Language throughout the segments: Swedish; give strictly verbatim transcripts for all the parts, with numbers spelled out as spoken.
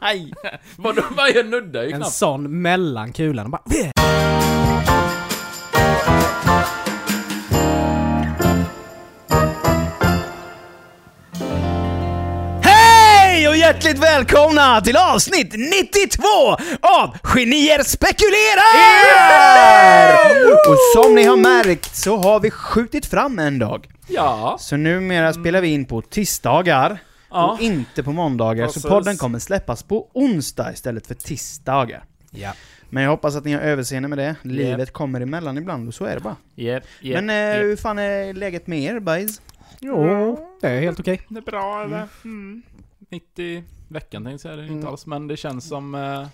Nej. Vadå, vad jag nuddar ju En knappt. sån mellan kulan. Bara... Hej och hjärtligt välkomna till avsnitt nittiotvå av Genier spekulerar! Yeah! Och som ni har märkt så har vi skjutit fram en dag. Ja. Så numera spelar vi in på tisdagar Ja. och inte på måndagar. Precis. Så podden kommer släppas på onsdag istället för tisdagar. Ja. Men jag hoppas att ni har överseende med det. Livet kommer emellan ibland och så är det bara. Yep, yep, Men eh, yep. hur fan är läget med er, boys? Jo, det är helt okej. Det är bra, eller? Mm. Mitt i veckan tänkte jag säga det inte Mm. alls. Men det känns som... Eh,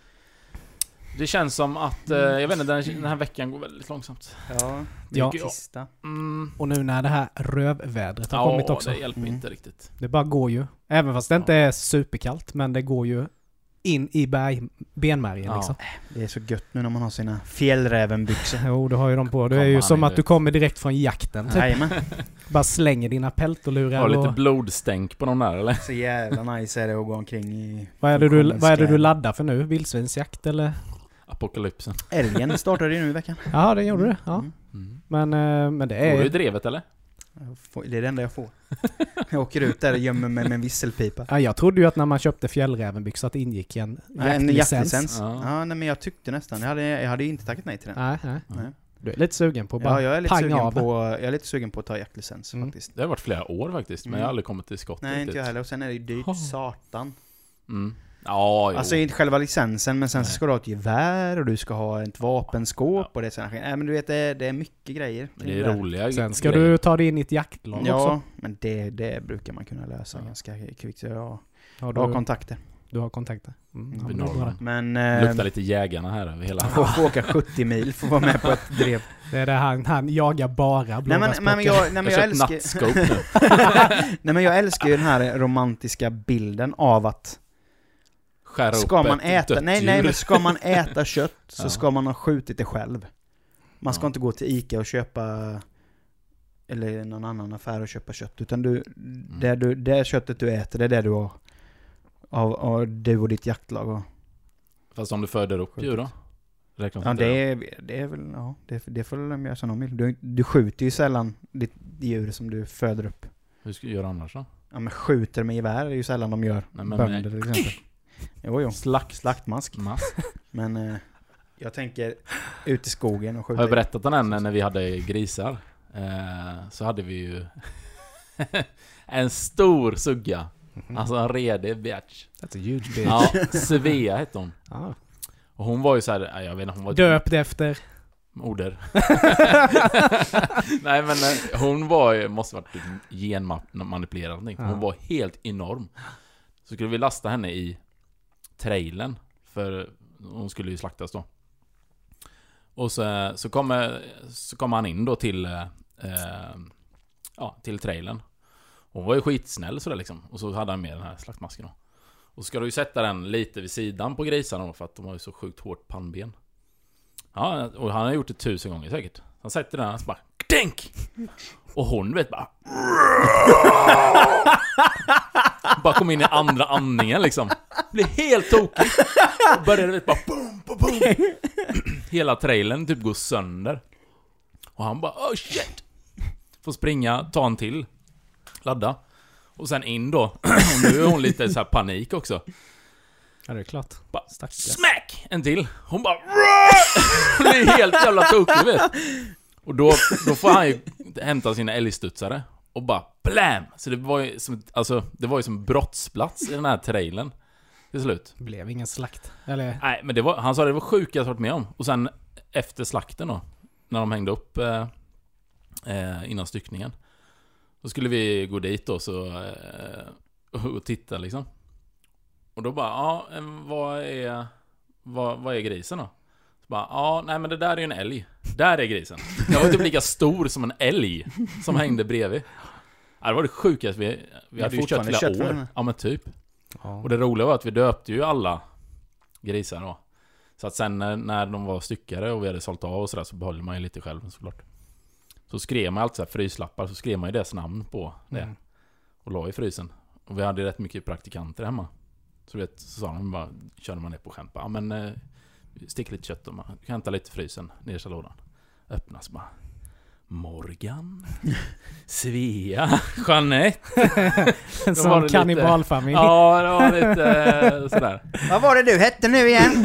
det känns som att... Eh, jag vet inte, den, den här veckan går väldigt långsamt. Ja, Ja. tisdag. Mm. Och nu när det här rövvädret har Ja, kommit också. det hjälper Mm. inte riktigt. Det bara går ju. Även fast det inte är superkallt, men det går ju in i berg, benmärgen Ja. liksom. Det är så gött nu när man har sina fjällrävenbyxor. Jo, du har ju dem på. Det är Kommer ju han som in att nu. du kommer direkt från jakten. Typ. Jajamän. Bara slänger dina peltolurar Har lite och... blodstänk på de där, eller? Så jävla nice är det att gå omkring i... Vad är, det du, vad är det du skär. laddar för nu? Vildsvinsjakt eller? Apokalypsen. Älgen startade ju nu i veckan. Ja, det gjorde det. Ja. Mm. Mm. Men, eh, men det Är... Går du i är... drevet, eller? Jag får- Det är det enda jag får. Jag åker ut där och gömmer mig med en visselpipa. Ja, jag trodde ju att när man köpte fjällrävenbyxor att det ingick en Nej, en jaktlicens. jaktlicens. Ja. Ja, nej, men jag tyckte nästan. Jag hade, jag hade ju inte tackat nej till den. Nej, nej. Nej. Du är lite sugen på att bara Ja, jag är lite panga sugen av. på, jag är lite sugen på att ta jaktlicens Mm. faktiskt. Det har varit flera år faktiskt, men Mm. jag har aldrig kommit till skott. Nej, inte riktigt. jag heller. Och sen är det ju dyrt Oh. satan. Mm. Ja, jo. Alltså inte själva licensen, men sen så Nej. ska du ha ett gevär och du ska ha ett vapenskåp Ja. och det är sådana Nej, men du vet, det är, det är mycket grejer. Men det är roliga Sen ska grejer. du ta dig in i ett jaktlag Ja, också. men det, det brukar man kunna lösa Ja. ganska kvickt. Så jag Har har du, kontakter. du har kontakter. Mm, ja, Vid men det är bra Norrland. Men... Det Eh, luktar lite jägarna här över hela... får, får åka sjuttio mil för att vara med på ett drev. det. Det är det han, han jagar bara Nej men, blåbärsbockar. men, jag, nej, men jag jag, har köpt älskar, nattscope nu. nej men jag älskar ju den här romantiska bilden av att Skära ska upp man ett äta, dött nej nej djur. men ska man äta kött så Ja. ska man ha skjutit det själv. Man ska Ja. inte gå till Ica och köpa eller någon annan affär och köpa kött, utan du, det, du, det köttet du äter, det är det du har av, av du och ditt jaktlag. Och, Fast om du föder upp djur då? Räknas ja, inte det är, det är väl, ja, det, det får de göra som de vill. Du, du skjuter ju sällan ditt djur som du föder upp. Hur ska du göra annars då? Ja, men skjuter med gevär är ju sällan de gör. Nej, men Bönder med- till exempel. Jo, jo. Slakt. Slaktmask. Mask. Men eh, jag tänker ut i skogen och skjuta. Har jag berättat den än när vi hade grisar? Eh, så hade vi ju en stor sugga. Mhm. Alltså en redig bitch. That's a huge bitch. Ja, Svea hette hon. Ja. Och hon var ju så här, nej, jag vet inte, hon var Döpt efter... Oder. Nej men eh, hon var ju, måste varit typ genmanipulerad någonting. Hon Ja. var helt enorm. Så skulle vi lasta henne i trailern, för hon skulle ju slaktas då. Och så, så kommer så kommer han in då till eh, ja, till trailern. Hon var ju skitsnäll sådär liksom. Och så hade han med den här slaktmasken då. Och så ska du ju sätta den lite vid sidan på grisarna då, för att de har ju så sjukt hårt pannben. Ja, och han har gjort det tusen gånger säkert. Han sätter den och så bara Tänk! Och hon vet bara bara kom in i andra andningen liksom. Blev helt tokig. Och började vet bara boom, boom, boom. Hela trailern typ går sönder. Och han bara oh shit. Får springa, ta en till. Ladda. Och sen in då. Och nu är hon lite så här panik också. Ja, det är klart. Bara, Stackars. smack! En till. Hon bara det är helt jävla tokig vet. Och då, då får han ju hämta sina älgstudsare och bara blam! Så det var ju som, alltså, det var ju som brottsplats i den här trailern till slut. Det blev ingen slakt. Eller... Nej, men det var, han sa det var sjukt jag varit med om. Och sen efter slakten då, när de hängde upp eh, eh, innan styckningen, då skulle vi gå dit då så, eh, och titta liksom. Och då bara, ja, vad är vad, vad är grisen då? Så bara, ja, nej men det där är ju en älg. Där är grisen. Den var typ lika stor som en älg som hängde bredvid. Ja, det var det sjukaste. Vi, vi hade ju kött fortfarande flera kött för år. henne. Ja, men typ. Ja. Och det roliga var att vi döpte ju alla grisar då. Så att sen när, när de var styckare och vi hade sålt av och sådär, så behöll man ju lite själv såklart. Så skrev man alltid så här fryslappar, så skrev man ju deras namn på det. Mm. Och la i frysen. Och vi hade rätt mycket praktikanter hemma. Så vet, så sa de bara, körde man ner på skämt. Ja men, eh, stick lite kött och man kan hämta lite frysen, nedersta lådan. Öppnas bara. Morgan, Svea, Jeanette. En sån kannibalfamilj. Ja, det var lite sådär. Vad var det du hette nu igen?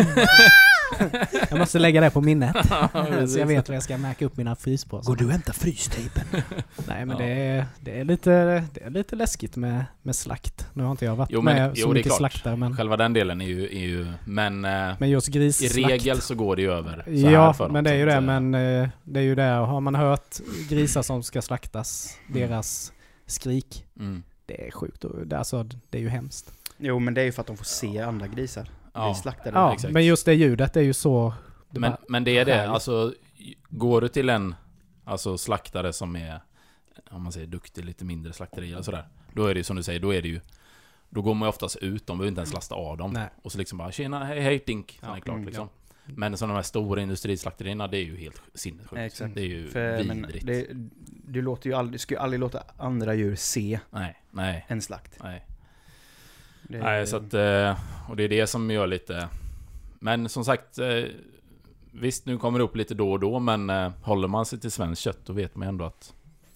Jag måste lägga det på minnet. Så jag vet vad jag ska märka upp mina fryspåsar. Går du och hämtar frystejpen? Nej, men Ja. det, är, det, är lite, det är lite läskigt med, med slakt. Nu har inte jag varit Jo, men, med jo, så det är mycket klart. slaktare. Men, Själva den delen är ju, är ju men, eh, men just i grisslakt. regel så går det ju över så här Ja, för dem, men det är ju så det. att, eh, Men eh, det är ju det. Har man hört grisar som ska slaktas, deras skrik, mm. det är sjukt. Och det, alltså, det är ju hemskt. Jo, men det är ju för att de får se andra grisar. Ja. Vi slaktade. Ja, exakt. men just det ljudet det är ju så... Det Men, bara, men det är det, härligt. alltså går du till en alltså slaktare som är, om man säger duktig, lite mindre slakteri eller sådär, då är det ju som du säger, då är det ju, då går man ju oftast ut, de behöver inte ens lasta av dem. Nej. Och så liksom bara, tjena, hej, hej, dink, så Ja, är det klart mm, liksom. Men som de här stora industrislakterierna, det är ju helt sinnessjukt. Exakt. Det är ju För, men vidrigt. det, du låter ju aldrig, du ska ju aldrig låta andra djur se Nej, nej, en slakt. nej. Det, Nej, så att, eh, och det är det som gör lite, men som sagt, eh, visst nu kommer det upp lite då och då, men eh, håller man sig till svensk kött, då vet man ändå att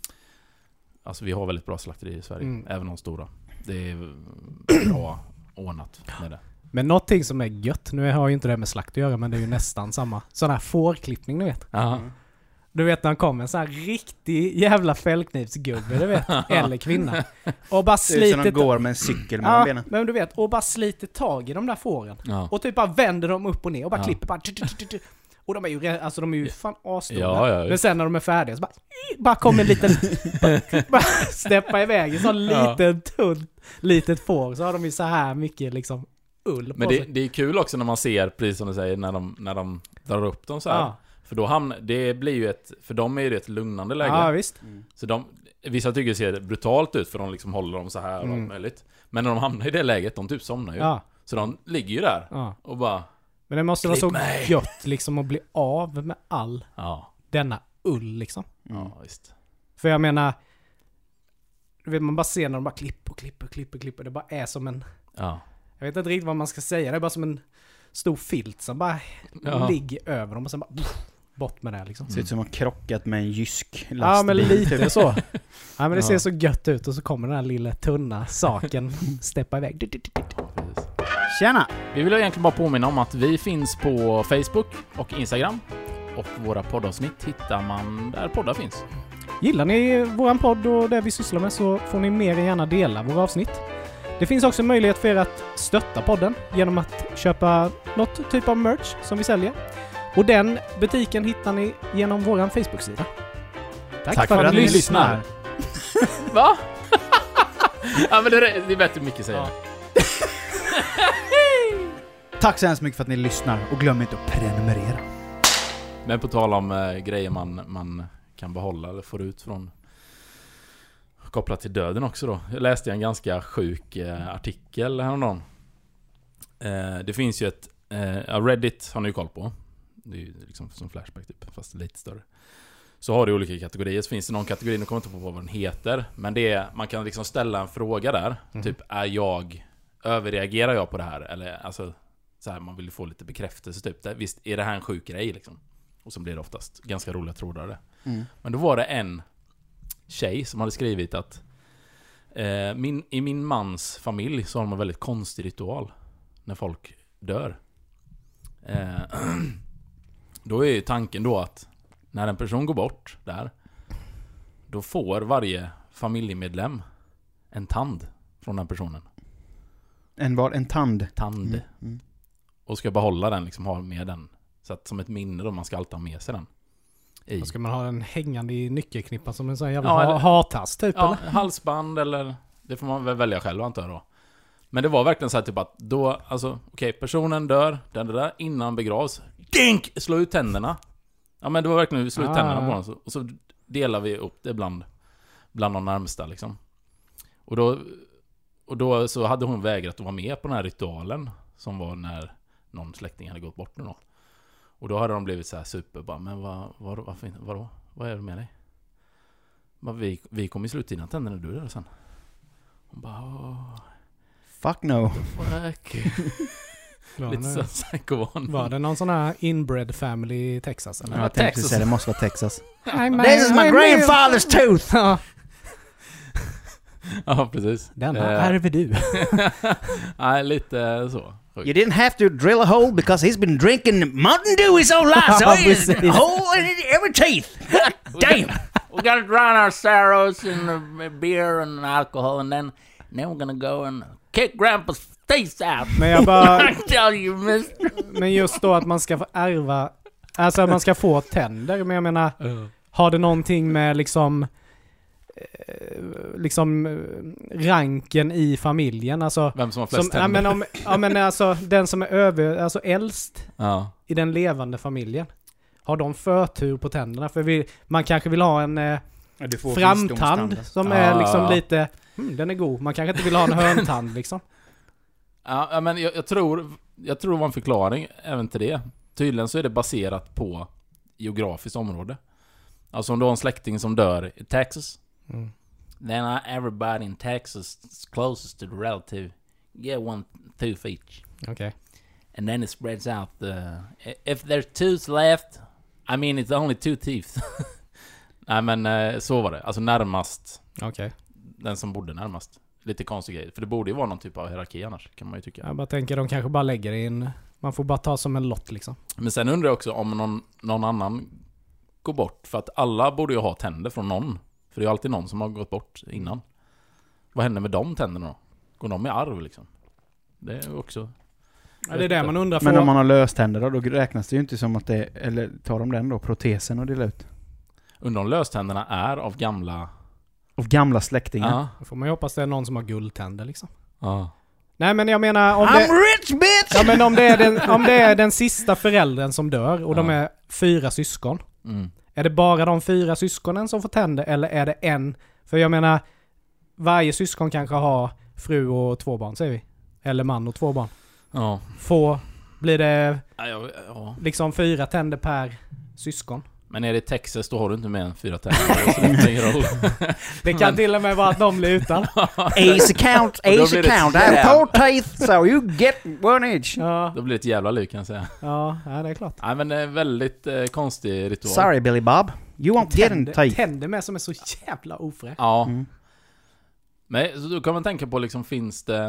alltså vi har väldigt bra slakterier i Sverige, Mm. även de stora. Det är bra ordnat med det. Men någonting som är gött, nu har ju inte det med slakt att göra, men det är ju nästan samma. Sån här fårklippning, du vet. Aha. Mm. Du vet när han kommer en sån här riktig jävla fällknivsgubbe, du vet. Eller kvinna. Och bara Det är ut som de sliter... går med en cykel mellan Ja, benen. men du vet, och bara sliter tag i de där fåren. Ja. Och typ bara vänder dem upp och ner och bara Ja. klipper bara... tu, tu, tu, tu. Och de är ju, re- alltså de är ju fan asstora. Ja, ja, Men sen när de är färdiga så bara... Bara kommer en liten... bara, bara steppa iväg en sån Ja. liten, tunn, litet får. Så har de ju så här mycket liksom ull på Men det, sig. det är kul också när man ser, precis som du säger, när de, när de drar upp dem så här. Ja. För då hamnar, det blir ju ett, för dem är det ett lugnande läge. Ja, visst. Mm. Så de, vissa tycker det ser brutalt ut för de liksom håller dem så här och Mm. allt möjligt. Men när de hamnar i det läget, de typ somnar ju. Ja. Så de ligger ju där Ja. och bara, Men det måste Klipp vara så mig. gött liksom att bli av med all ja, denna ull liksom. Mm. ja visst. För jag menar, du vet man bara ser när de bara klipper och klipper och klipper och klipper. Det bara är som en, Ja. jag vet inte riktigt vad man ska säga. Det är bara som en stor filt som bara Ja. ligger över dem och sen bara bort med det liksom. Ser ut som att man krockat med en jysk lastbil. Ja men lite typ. så. Ja men det Ja. ser så gött ut och så kommer den här lilla tunna saken steppa iväg. Du, du, du, du. Precis. Tjena! Vi vill egentligen bara påminna om att vi finns på Facebook och Instagram. Och våra poddavsnitt hittar man där poddar finns. Gillar ni våran podd och det vi sysslar med så får ni mer än gärna dela våra avsnitt. Det finns också möjlighet för er att stötta podden genom att köpa något typ av merch som vi säljer. Och den butiken hittar ni genom våran Facebook-sida. Tack, Tack för, att ni lyssnar. Va? Ja men det är, det är bättre mycket säga. Ja. Tack så hemskt mycket för att ni lyssnar och glöm inte att prenumerera. Men på tal om eh, grejer man, man kan behålla eller får ut från kopplat till döden också då. Jag läste en ganska sjuk eh, artikel häromdagen. Eh, det finns ju ett eh, Reddit har ni ju koll på. Det är ju liksom som Flashback typ, fast lite större. Så har du olika kategorier. Så finns det någon kategori, nu kommer jag inte på vad den heter. Men det är, man kan liksom ställa en fråga där. Mm. Typ, är jag, överreagerar jag på det här? Eller alltså, så här, man vill ju få lite bekräftelse typ. Det, visst, är det här en sjuk grej liksom? Och så blir det oftast ganska roliga trådar det. Mm. Men då var det en tjej som hade skrivit att eh, min, i min mans familj så har de en väldigt konstig ritual när folk dör. Eh, då är ju tanken då att när en person går bort där, då får varje familjemedlem en tand från den personen. En var en tand. Tand. Mm. Mm. Och ska behålla den, liksom ha med den. Så att som ett minne då, man ska alltid ha med sig den. I. Då ska man ha den hängande i nyckelknippan som en sån jävla Ja, ha- eller- hartass typ Ja, eller? halsband eller... Det får man väl välja själv antar jag då. Men det var verkligen så här typ att då, alltså okej, personen dör, den där innan begravs. Dink! Slå ut tänderna. Ja men det var verkligen slå ut Ah. tänderna på den. Så, och så delar vi upp det bland, bland de närmsta liksom. Och då, och då så hade hon vägrat att vara med på den här ritualen. Som var när någon släkting hade gått bort nu då. Och då hade de blivit så här super, bara, men vad, vad, varför, vadå? Vad är det med dig? Bara, vi, vi kommer i slutet innan tänderna du där sen. Hon bara, åh, Fuck no. Fuck. Var Lite så det, psykovan. var det någon sån här inbred family i Texas? Eller? Ja, jag tänkte säga det måste vara Texas. This is my grandfather's tooth! Ja, Ja, precis. denna Eh, ärver du. Nej, lite så. You didn't have to drill a hole because he's been drinking Mountain Dew his whole life, so Ja, he's a precis. hole in every teeth. God damn! We gotta drown our sorrows in uh, beer and alcohol, and then then we're gonna go and kick Grandpa's face out. Men jag bara... I tell you, mister. Men just då att man ska få ärva... Alltså man ska få tänder. Men jag menar, har det någonting med liksom... eh, Liksom eh, ranken i familjen? Alltså... Vem som har flest Som, ja, tänder. men om, ja men alltså den som är över, alltså äldst Ja. i den levande familjen. Har de förtur på tänderna? För vi, man kanske vill ha en eh, framtand som är Ja, liksom ja. lite, hmm, den är god. Man kanske inte vill ha en hörntand liksom. Ja, ja, men jag, jag tror jag tror det var en förklaring även till det. Tydligen så är det baserat på geografiskt område. Alltså om du har en släkting som dör i Texas, Mm. then everybody in Texas is closest to the relative get one tooth each. Okej. Okay. And then it spreads out the... If there's tooth left, I mean it's only two teeth. Nej men eh, så var det. Alltså närmast. Okej. Okay. Den som bodde närmast. Lite konstig grej. För det borde ju vara någon typ av hierarki annars, kan man ju tycka. Jag bara tänker, de kanske bara lägger in... Man får bara ta som en lott liksom. Men sen undrar jag också om någon, någon annan går bort. För att alla borde ju ha tänder från någon. För det är ju alltid någon som har gått bort innan. Vad händer med de tänderna då? Går de i arv liksom? Det är ju också... Ja, det är det man undrar. Men för... om man har löständer då, då räknas det ju inte som att det... Eller tar de den då, protesen och delar ut? Undrar om löständerna är av gamla... Av gamla släktingar? Ja. Då får man ju hoppas det är någon som har guldtänder liksom. Ja. Nej men jag menar om I'm det... rich bitch! Ja men om det är den, om det är den sista föräldern som dör och Ja. de är fyra syskon. Mm. Är det bara de fyra syskonen som får tänder eller är det en? För jag menar, varje syskon kanske har fru och två barn, säger vi. Eller man och två barn. Ja. Få, blir det Ja, ja, ja. liksom fyra tänder per syskon? Men är det Texas då har du inte mer än fyra tänder. Så det spelar ingen roll. Det kan Men- till och med vara att de blir utan. Ace account, Och då ace blir det account. I ett have four teeth, so you get one each. Ja, Då blir det ett jävla lyck kan jag säga. ja, ja, det är klart. Nej men det är en väldigt eh, konstig ritual. Sorry Billy Bob, you won't get in Tänder, teeth. tänder med som är så jävla ofräsch. Ja. Mm. Men så då kan man tänka på liksom, finns det...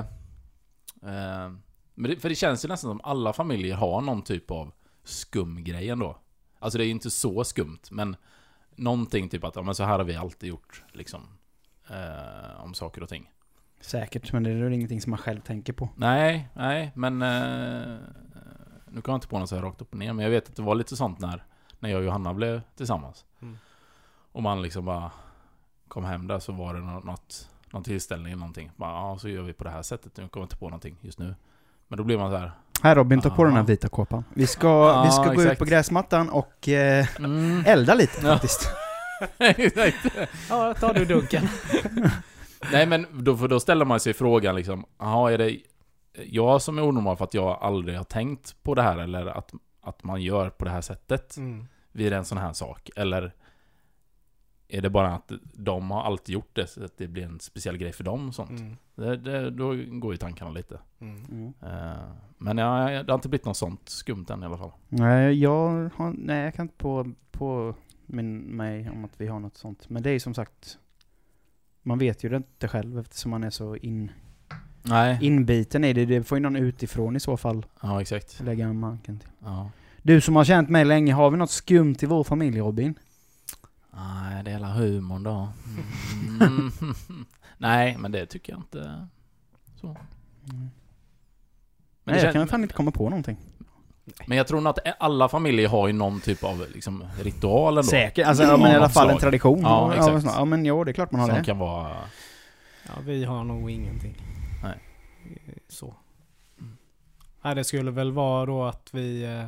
Eh, men det, för det känns ju nästan som alla familjer har någon typ av skumgrej ändå. Alltså det är ju inte så skumt, men någonting typ att ja, men så här har vi alltid gjort liksom, eh, om saker och ting. Säkert, men det är väl ingenting som man själv tänker på. Nej, nej, men eh, nu kan jag inte på något så här rakt upp och ner, men jag vet att det var lite sånt när, när jag och Johanna blev tillsammans. Mm. Och man liksom bara kom hem där så var det något, något någon tillställning eller någonting. Bara, ja, så gör vi på det här sättet. Nu kommer jag inte på någonting just nu. Men då blir man så här. Här Robin, ta på Ah. den här vita kåpan. Vi ska, Ja, vi ska gå exakt. ut på gräsmattan och eh, Mm. elda lite Ja. faktiskt. Exakt. Ja, tar du dunken. Nej, men då, för då ställer man sig frågan liksom, aha, är det jag som är onormal för att jag aldrig har tänkt på det här eller att, att man gör på det här sättet Mm. vid en sån här sak? Eller är det bara att de har alltid gjort det så att det blir en speciell grej för dem och sånt? Mm. Det, det, då går ju tankarna lite. Mm. Mm. Uh, men ja, det har inte blivit något sånt skumt än i alla fall. Nej, jag har, nej, jag kan inte på, på min, mig om att vi har något sånt. Men det är ju som sagt, man vet ju det inte själv eftersom man är så in, Nej. inbiten i det. Det får ju någon utifrån i så fall Ja, exakt. lägga manken till. Ja. Du som har känt mig länge, har vi något skumt i vår familj, Robin? Nej, det är hela humorn då. Mm. Nej, men det tycker jag inte så. Mm. Men, Nej, det jag kän- kan fan inte komma på någonting. men jag tror nog att alla familjer har ju någon typ av liksom, ritual ändå. Säkert, alltså ja, men i Av alla något fall en slag. tradition. Ja, exakt. Ja, ja, men jo, det är klart man har Som det. kan vara... Ja, vi har nog ingenting. Nej. Så. Nej, det skulle väl vara då att vi... Eh,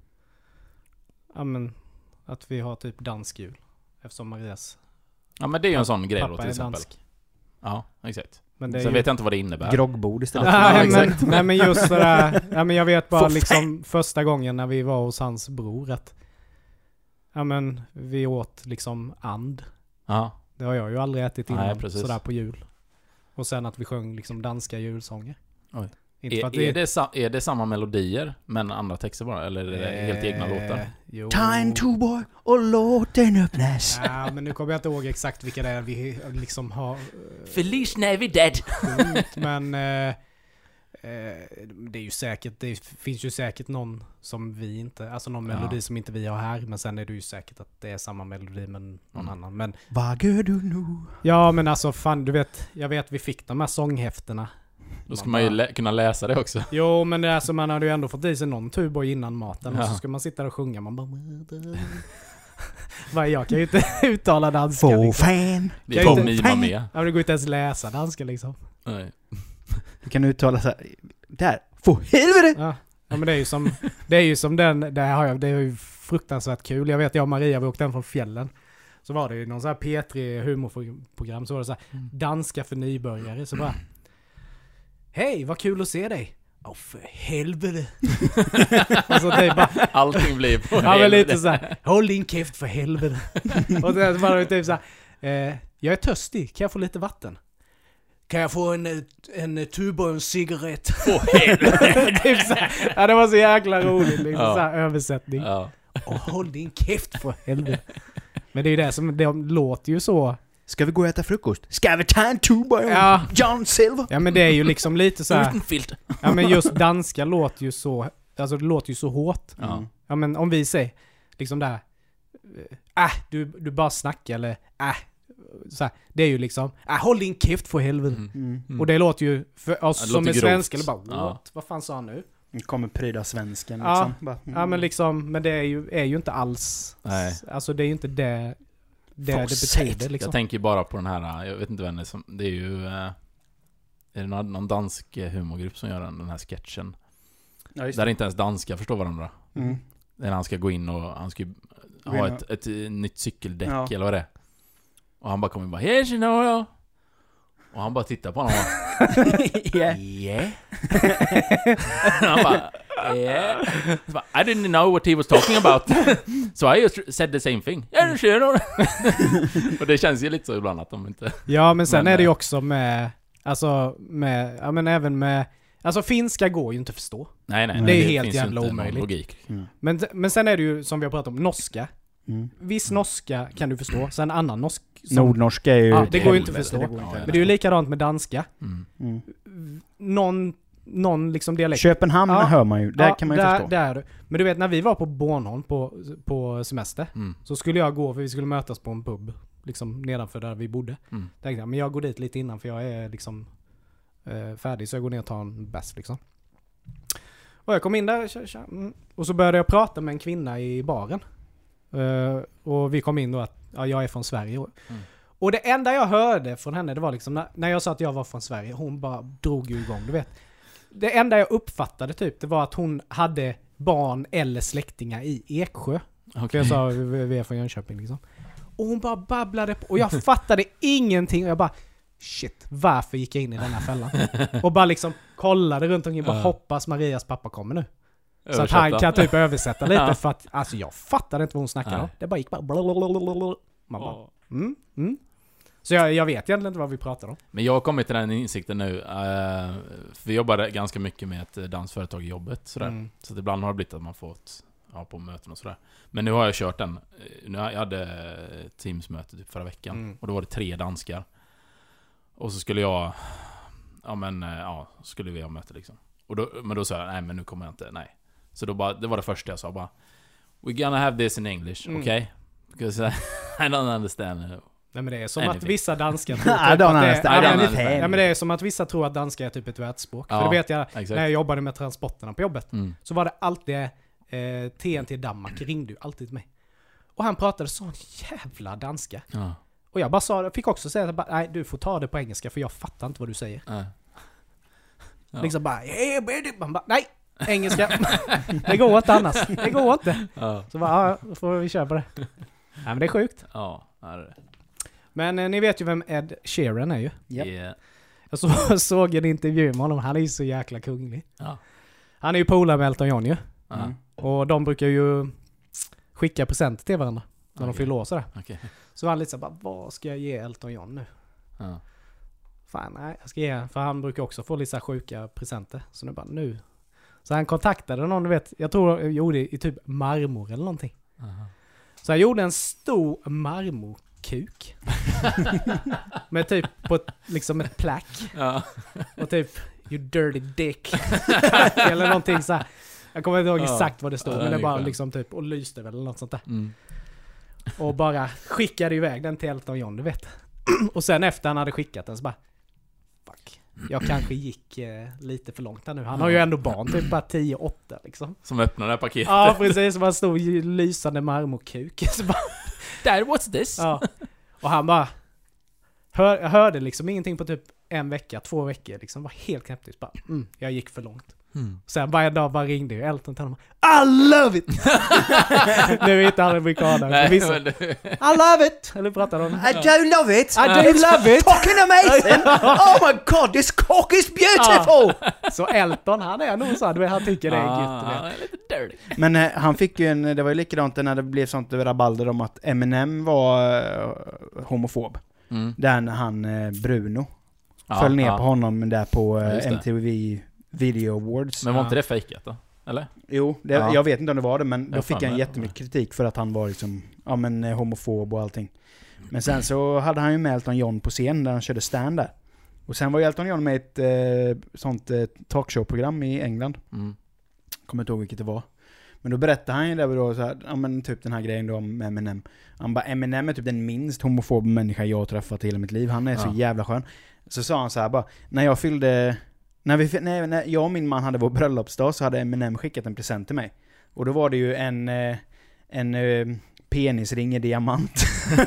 ja, men... Att vi har typ dansk jul. Eftersom Marias Ja, men det är ju en sån grej då pappa till är exempel. dansk. Ja, exakt. Men det är Sen ju... vet jag inte vad det innebär. Groggbord istället. Ja, Nej, men, exakt. nej men just det där, ja, men jag vet bara För liksom första gången när vi var hos hans bror att ja men vi åt liksom and. Ja, Det har jag ju aldrig ätit innan Nej, precis. sådär på jul. Och sen att vi sjöng liksom danska julsånger. Oj. Inte Är, för att är, vi... det sa, är det samma melodier men andra texter bara? Eller är det helt egna låtar? Jo. Time to boy och låten öppnas. Ja, men nu kommer jag inte ihåg exakt vilka det är vi liksom har... Uh, Feliz Navidad! men... Uh, uh, det är ju säkert... Det finns ju säkert någon som vi inte... Alltså någon Ja. melodi som inte vi har här. Men sen är det ju säkert att det är samma melodi men någon Mm. annan. Men... Vad gör du nu? Ja, men alltså fan, du vet... Jag vet vi fick de här sånghäftena. Då ska man ju lä- kunna läsa det också. Jo, men det är alltså, man hade ju ändå fått i sig någon Tuborg innan maten. Och Ja. så ska man sitta och sjunga. Man bara... Vad, jag kan ju inte uttala danska. Få Liksom. fan. Det Jag får inte- mima med. Ja, men det går inte ens läsa danska liksom. Nej. Du kan uttala så här. Där. Få helvete! Ja. Ja, men det är ju som, det är ju som den, det har jag, det är ju fruktansvärt kul. Jag vet, jag och Maria, vi åkte hem från fjällen. Så var det ju någon sån här P tre humorprogram, så var det så här, Mm. danska för nybörjare, så bara hej, vad kul att se dig. Åh, för helvete. Alltså det är bara, Allting blir på ja men helvete. lite så här, håll din käft för helvete. Och så var det typ så här, eh, jag är törstig, kan jag få lite vatten? Kan jag få en, en Tuborg och en cigarett? På helvete. Typ så här. Ja, det var så jäkla roligt liksom, Ja. så här översättning. Ja. Och håll din käft för helvete. Men det är ju det som, det låter ju så. Ska vi gå och äta frukost? Ska vi ta en tuba och Ja. John Silver? Ja men det är ju liksom lite så här. Utan filter. Ja men just danska låter ju så, alltså det låter ju så hårt. Ja. Ja men om vi säger liksom där, äh, du, du bara snackar eller äh, så här, det är ju liksom, äh, håll din käft för helvete. Mm. Mm. Mm. Och det låter ju för oss Det som låter är svenskar, eller grovt. bara Ja. what? Vad fan sa han nu? Nu kommer pryda svensken Ja. liksom. Bara, mm. Ja men liksom, men det är ju, är ju inte alls, Nej. alltså det är ju inte det det, For det sake. betyder liksom. Jag tänker bara på den här, jag vet inte vem det är som, det är ju... eh, Är det någon, någon dansk humorgrupp som gör den, den här sketchen? Ja, just Där det. inte ens danskar förstår varandra. Mm. Där han ska gå in och han ska ju Gå ha in ett, ett, eh, nytt cykeldäck Ja. eller vad det är. Och han bara kommer och bara Yes you know you. Och han bara tittar på honom och bara Yeah. Yeah. Han bara Yeah. Så bara, I didn't know what he was talking about. So I just said the same thing. Yeah, sure. know. Och det känns ju lite så ibland att de inte... Ja, men sen Men, är det ju eh, också med, alltså med, ja men även med, alltså finska går ju inte att förstå. Nej, nej. Det är helt finns ju jävla inte någon omöjligt. logik. Mm. Men, men sen är det ju, som vi har pratat om, norska. Mm. Viss norska kan du förstå, sen annan norsk som, Nordnorska är ju... Ja, det går ju inte helvete, att förstå. det går inte. Ja, Men det är ju likadant med danska. Mm. Mm. Någon, någon liksom dialekt. Köpenhamn Ja. hör man ju. Där Ja, kan man ju där, förstå. där är du. Men du vet, när vi var på Bornholm på, på semester, Mm. så skulle jag gå, för vi skulle mötas på en pub, liksom nedanför där vi bodde. Mm. Tänkte jag, men jag går dit lite innan för jag är liksom eh, färdig, så jag går ner och tar en bärs liksom. Och jag kom in där, tja, tja, mm. och så började jag prata med en kvinna i baren. Eh, och vi kom in då att ja, jag är från Sverige. Och, Mm. och det enda jag hörde från henne, det var liksom när, när jag sa att jag var från Sverige, hon bara drog ju igång, du vet. Det enda jag uppfattade typ, det var att hon hade barn eller släktingar i Eksjö. För Okej. jag sa, vi vi är från Jönköping liksom. Och hon bara babblade på, och jag fattade ingenting. Och jag bara, shit, varför gick jag in i den här fällan? Och bara liksom kollade runt omkring, bara Ja. hoppas Marias pappa kommer nu. Så att Översätta. han kan typ översätta lite, Ja. för att, alltså jag fattade inte vad hon snackade Nej. om. Det bara gick bara blablabla. Man bara, Ja. mm, mm. Så jag, jag vet egentligen inte vad vi pratar om. Men jag har kommit till den insikten nu. Uh, för vi jobbade ganska mycket med ett dansföretag i jobbet. Sådär. Mm. Så att ibland har det blivit att man fått ja, på möten och sådär. Men nu har jag kört den. Nu har- Jag hade Teams-möte typ förra veckan. Mm. Och då var det tre danskar. Och så skulle jag... Ja men, eh, ja, skulle vi ha möte liksom. Och då, men då sa jag, nej men nu kommer jag inte, nej. Så då bara, det var det första jag sa bara. We're gonna have this in English, Mm. okay? Because I, I don't understand. Nej men det är som Anything. att vissa danskar tror I typ don't att det, understand ja, men, anything. ja men det är som att vissa tror att danska är typ ett världsspråk. Ja, För det vet jag, exakt. när jag jobbade med transporterna på jobbet. Mm. Så var det alltid eh, T N T Danmark ringde ju alltid till mig. Och han pratade sån jävla danska. Ja. Och jag bara sa, fick också säga att nej, du får ta det på engelska för jag fattar inte vad du säger. Nej. Ja. Liksom bara, hey, baby. Man bara, nej, engelska. Det går inte annars. Det går inte. Ja. Så bara, ja, då får vi köra på det. Nej men det är sjukt. Ja, det är det. Men eh, ni vet ju vem Ed Sheeran är ju. Japp. Yeah. Jag så, såg en intervju med honom, han är ju så jäkla kunglig. Ja. Han är ju polare med Elton John ju. Ja. Mm. Och de brukar ju skicka presenter till varandra när de Okej. fyller år sådär. Okej. Så var han lite så bara, vad ska jag ge Elton John nu? Ja. fan nej, jag ska ge han. För han brukar också få lite så här sjuka presenter. Så nu bara, nu. Så han kontaktade någon, du vet, jag tror jag gjorde i typ marmor eller någonting. Uh-huh. Så jag gjorde en stor marmorkuk. Med typ på ett, liksom ett plack. Ja. Och typ, you dirty dick. Eller någonting så här. Jag kommer inte ihåg exakt vad det stod, ja, men det bara liksom typ, och lyste väl eller något sånt där. Mm. Och bara skickade iväg den till Elton John, du vet. Och sen efter han hade skickat den så bara, fuck, jag kanske gick eh, lite för långt här nu. Han har ju ändå barn, typ bara tio åtta liksom. Som öppnade det här paketet. Ja, precis. Så bara stod lysande marmorkuk. Så bara, Dad, what's this? Ja. Och han bara, hör, jag hörde liksom ingenting på typ en vecka, två veckor. Liksom var helt knäpptyst. Bara, mm, jag gick för långt. Mm. Sen varje dag bara ringde ju Elton till honom. I love it! Nu är inte han amerikaner. I love it! Eller pratar de? I do love it! I do love it! Fucking amazing! Oh my god, this cock is beautiful! Ja. Så Elton, han är nog så här, han tycker det är ah, gött. Lite dirty. Men eh, han fick ju en, det var ju likadant när det blev sånt rabalder om att Eminem var uh, homofob. Mm. Där när han eh, Bruno ja, föll ner ja. på honom där på eh, ja, M T V Video Awards. Men var inte det fejkat då? Eller? Jo, det, ja. jag vet inte om det var det, men då jag fick han det. jättemycket kritik för att han var liksom, ja men homofob och allting. Men sen så hade han ju med Elton John på scen där han körde stand där. Och sen var ju Elton John med ett eh, sånt eh, talkshow-program i England. Mm. Kommer inte ihåg vilket det var. Men då berättade han ju där då så här, ja men typ den här grejen då om Eminem. Han bara, Eminem är typ den minst homofoba människa jag har träffat i hela mitt liv. Han är ja. så jävla skön. Så sa han så här bara, när jag fyllde När, vi, när, när jag och min man hade vår bröllopsdag så hade Eminem skickat en present till mig. Och då var det ju en, en, en penisring i diamant.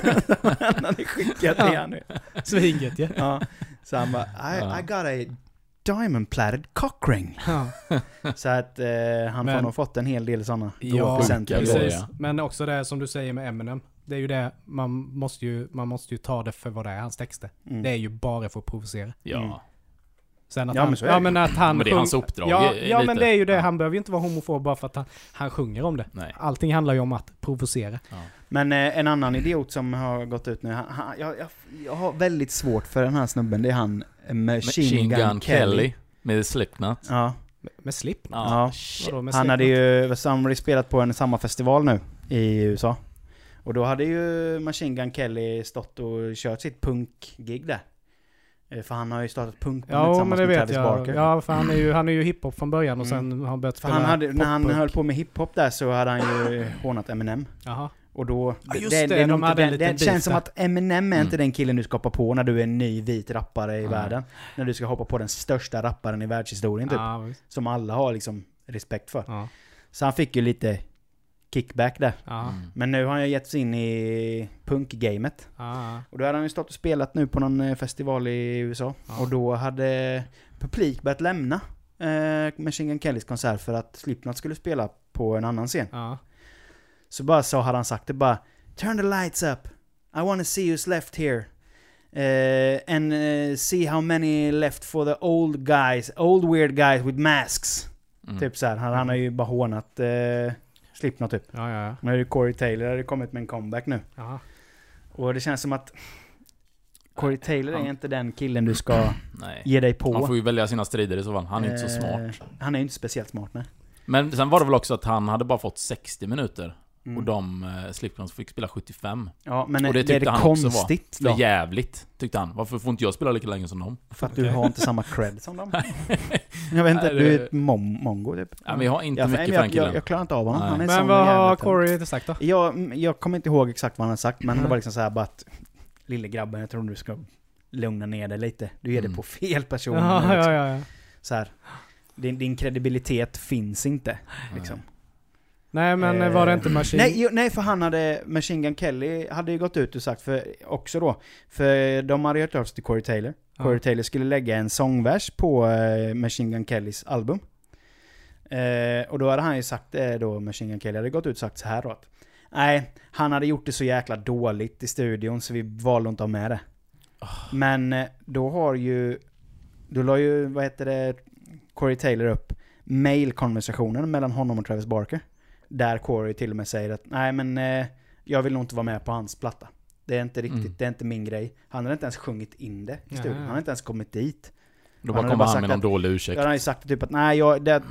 Han hade skickat till ja. nu. Svinget, ja. ja. Så han bara, I, ja. I got a diamond-plated cock ring. Ja. Så att eh, han Men, får nog fått en hel del sådana ja, presenter. Precis. Ja. Men också det som du säger med Eminem. Det är ju det, man måste ju, man måste ju ta det för vad det är, hans texter. Mm. Det är ju bara för att provocera. Ja. Mm. Sen att ja, han, men så är ja, men att han men det är hans uppdrag. Ja, är, är ja lite. men det är ju det. Ja. Han behöver ju inte vara homofob bara för att han, han sjunger om det. Nej. Allting handlar ju om att provocera. Ja. Men eh, en annan idiot som har gått ut nu. Han, han, jag, jag, jag har väldigt svårt för den här snubben. Det är han Machine, Machine Gun, Gun Kelly. Kelly. Med Slipknot. Ja. Med, med Slipknot? Ja. ja. Med han Slipknot? Hade ju han spelat på en samma festival nu i U S A. Och då hade ju Machine Gun Kelly stått och kört sitt punk-gig där. För han har ju startat punkbandet ja, tillsammans med Travis jag. Barker. Ja, för han är ju, han är ju hiphop från början och sen mm. har han börjat spela han hade, när han höll på med hiphop där så hade han ju hånat Eminem. Aha. Och då ja, just det, det, det, de hade det, det känns som att Eminem är mm. inte den killen du ska hoppa på när du är en ny vit rappare i mm. världen. När du ska hoppa på den största rapparen i världshistorien typ. Ja, som alla har liksom respekt för. Ja. Så han fick ju lite kickback där. Mm. Men nu har han ju gett sig in i punkgamet. Ah. Och då hade han ju stått och spelat nu på någon festival i U S A. Ah. Och då hade publik börjat lämna eh, Machine Gun Kellys konsert för att Slipknot skulle spela på en annan scen. Ah. Så bara så hade han sagt det bara, turn the lights up. I want to see who's left here. Uh, and uh, see how many left for the old guys. Old weird guys with masks. Mm. Typ så här. Han, mm. han har ju bara hånat... Uh, Slipknot typ. Ja, ja, ja. Nu är det Corey Taylor har kommit med en comeback nu. Aha. Och det känns som att Corey Taylor är inte den killen du ska nej. ge dig på. Han får ju välja sina strider i så fall. Han är eh, inte så smart. Han är inte speciellt smart, nej. Men sen var det väl också att han hade bara fått sextio minuter. Mm. Och de eh, Slipknot fick spela sjuttiofem. Ja, men och det tyckte det är det han konstigt också var för jävligt, tyckte han. Varför får inte jag spela lika länge som dem? För att du har inte samma cred som dem. Jag vet inte, nej, du är ett mom- mongo typ. Ja, men jag har inte ja, mycket jag, för killen. Jag, jag klarar inte av honom. Han är men vad har Corey inte sagt då? Jag, jag kommer inte ihåg exakt vad han har sagt, men mm. det var liksom så här bara att lille grabben, jag tror du ska lugna ner dig lite. Du ger mm. det på fel person. Ja, liksom. ja, ja, ja. Så här, din, din kredibilitet finns inte liksom. Nej, men eh, var det inte Machine... Nej, jo, nej, för han hade... Machine Gun Kelly hade ju gått ut och sagt för, också då. För de hade hört av sig till Corey Taylor. Ja. Corey Taylor skulle lägga en sångvers på eh, Machine Gun Kellys album. Eh, och då hade han ju sagt eh, då, Machine Gun Kelly hade gått ut och sagt så här då att nej, han hade gjort det så jäkla dåligt i studion så vi valde inte att ha med det. Oh. Men eh, då har ju... Då la ju, vad heter det, Corey Taylor upp mailkonversationen mellan honom och Travis Barker. Där Corey till och med säger att nej men eh, jag vill nog inte vara med på hans platta. Det är inte riktigt, Mm. det är inte min grej. Han har inte ens sjungit in det i studion. Nej. Han har inte ens kommit dit. Då Han bara hade kommer bara han sagt med någon att- dålig ursäkt. Jag har ju sagt typ att nej, jag, det,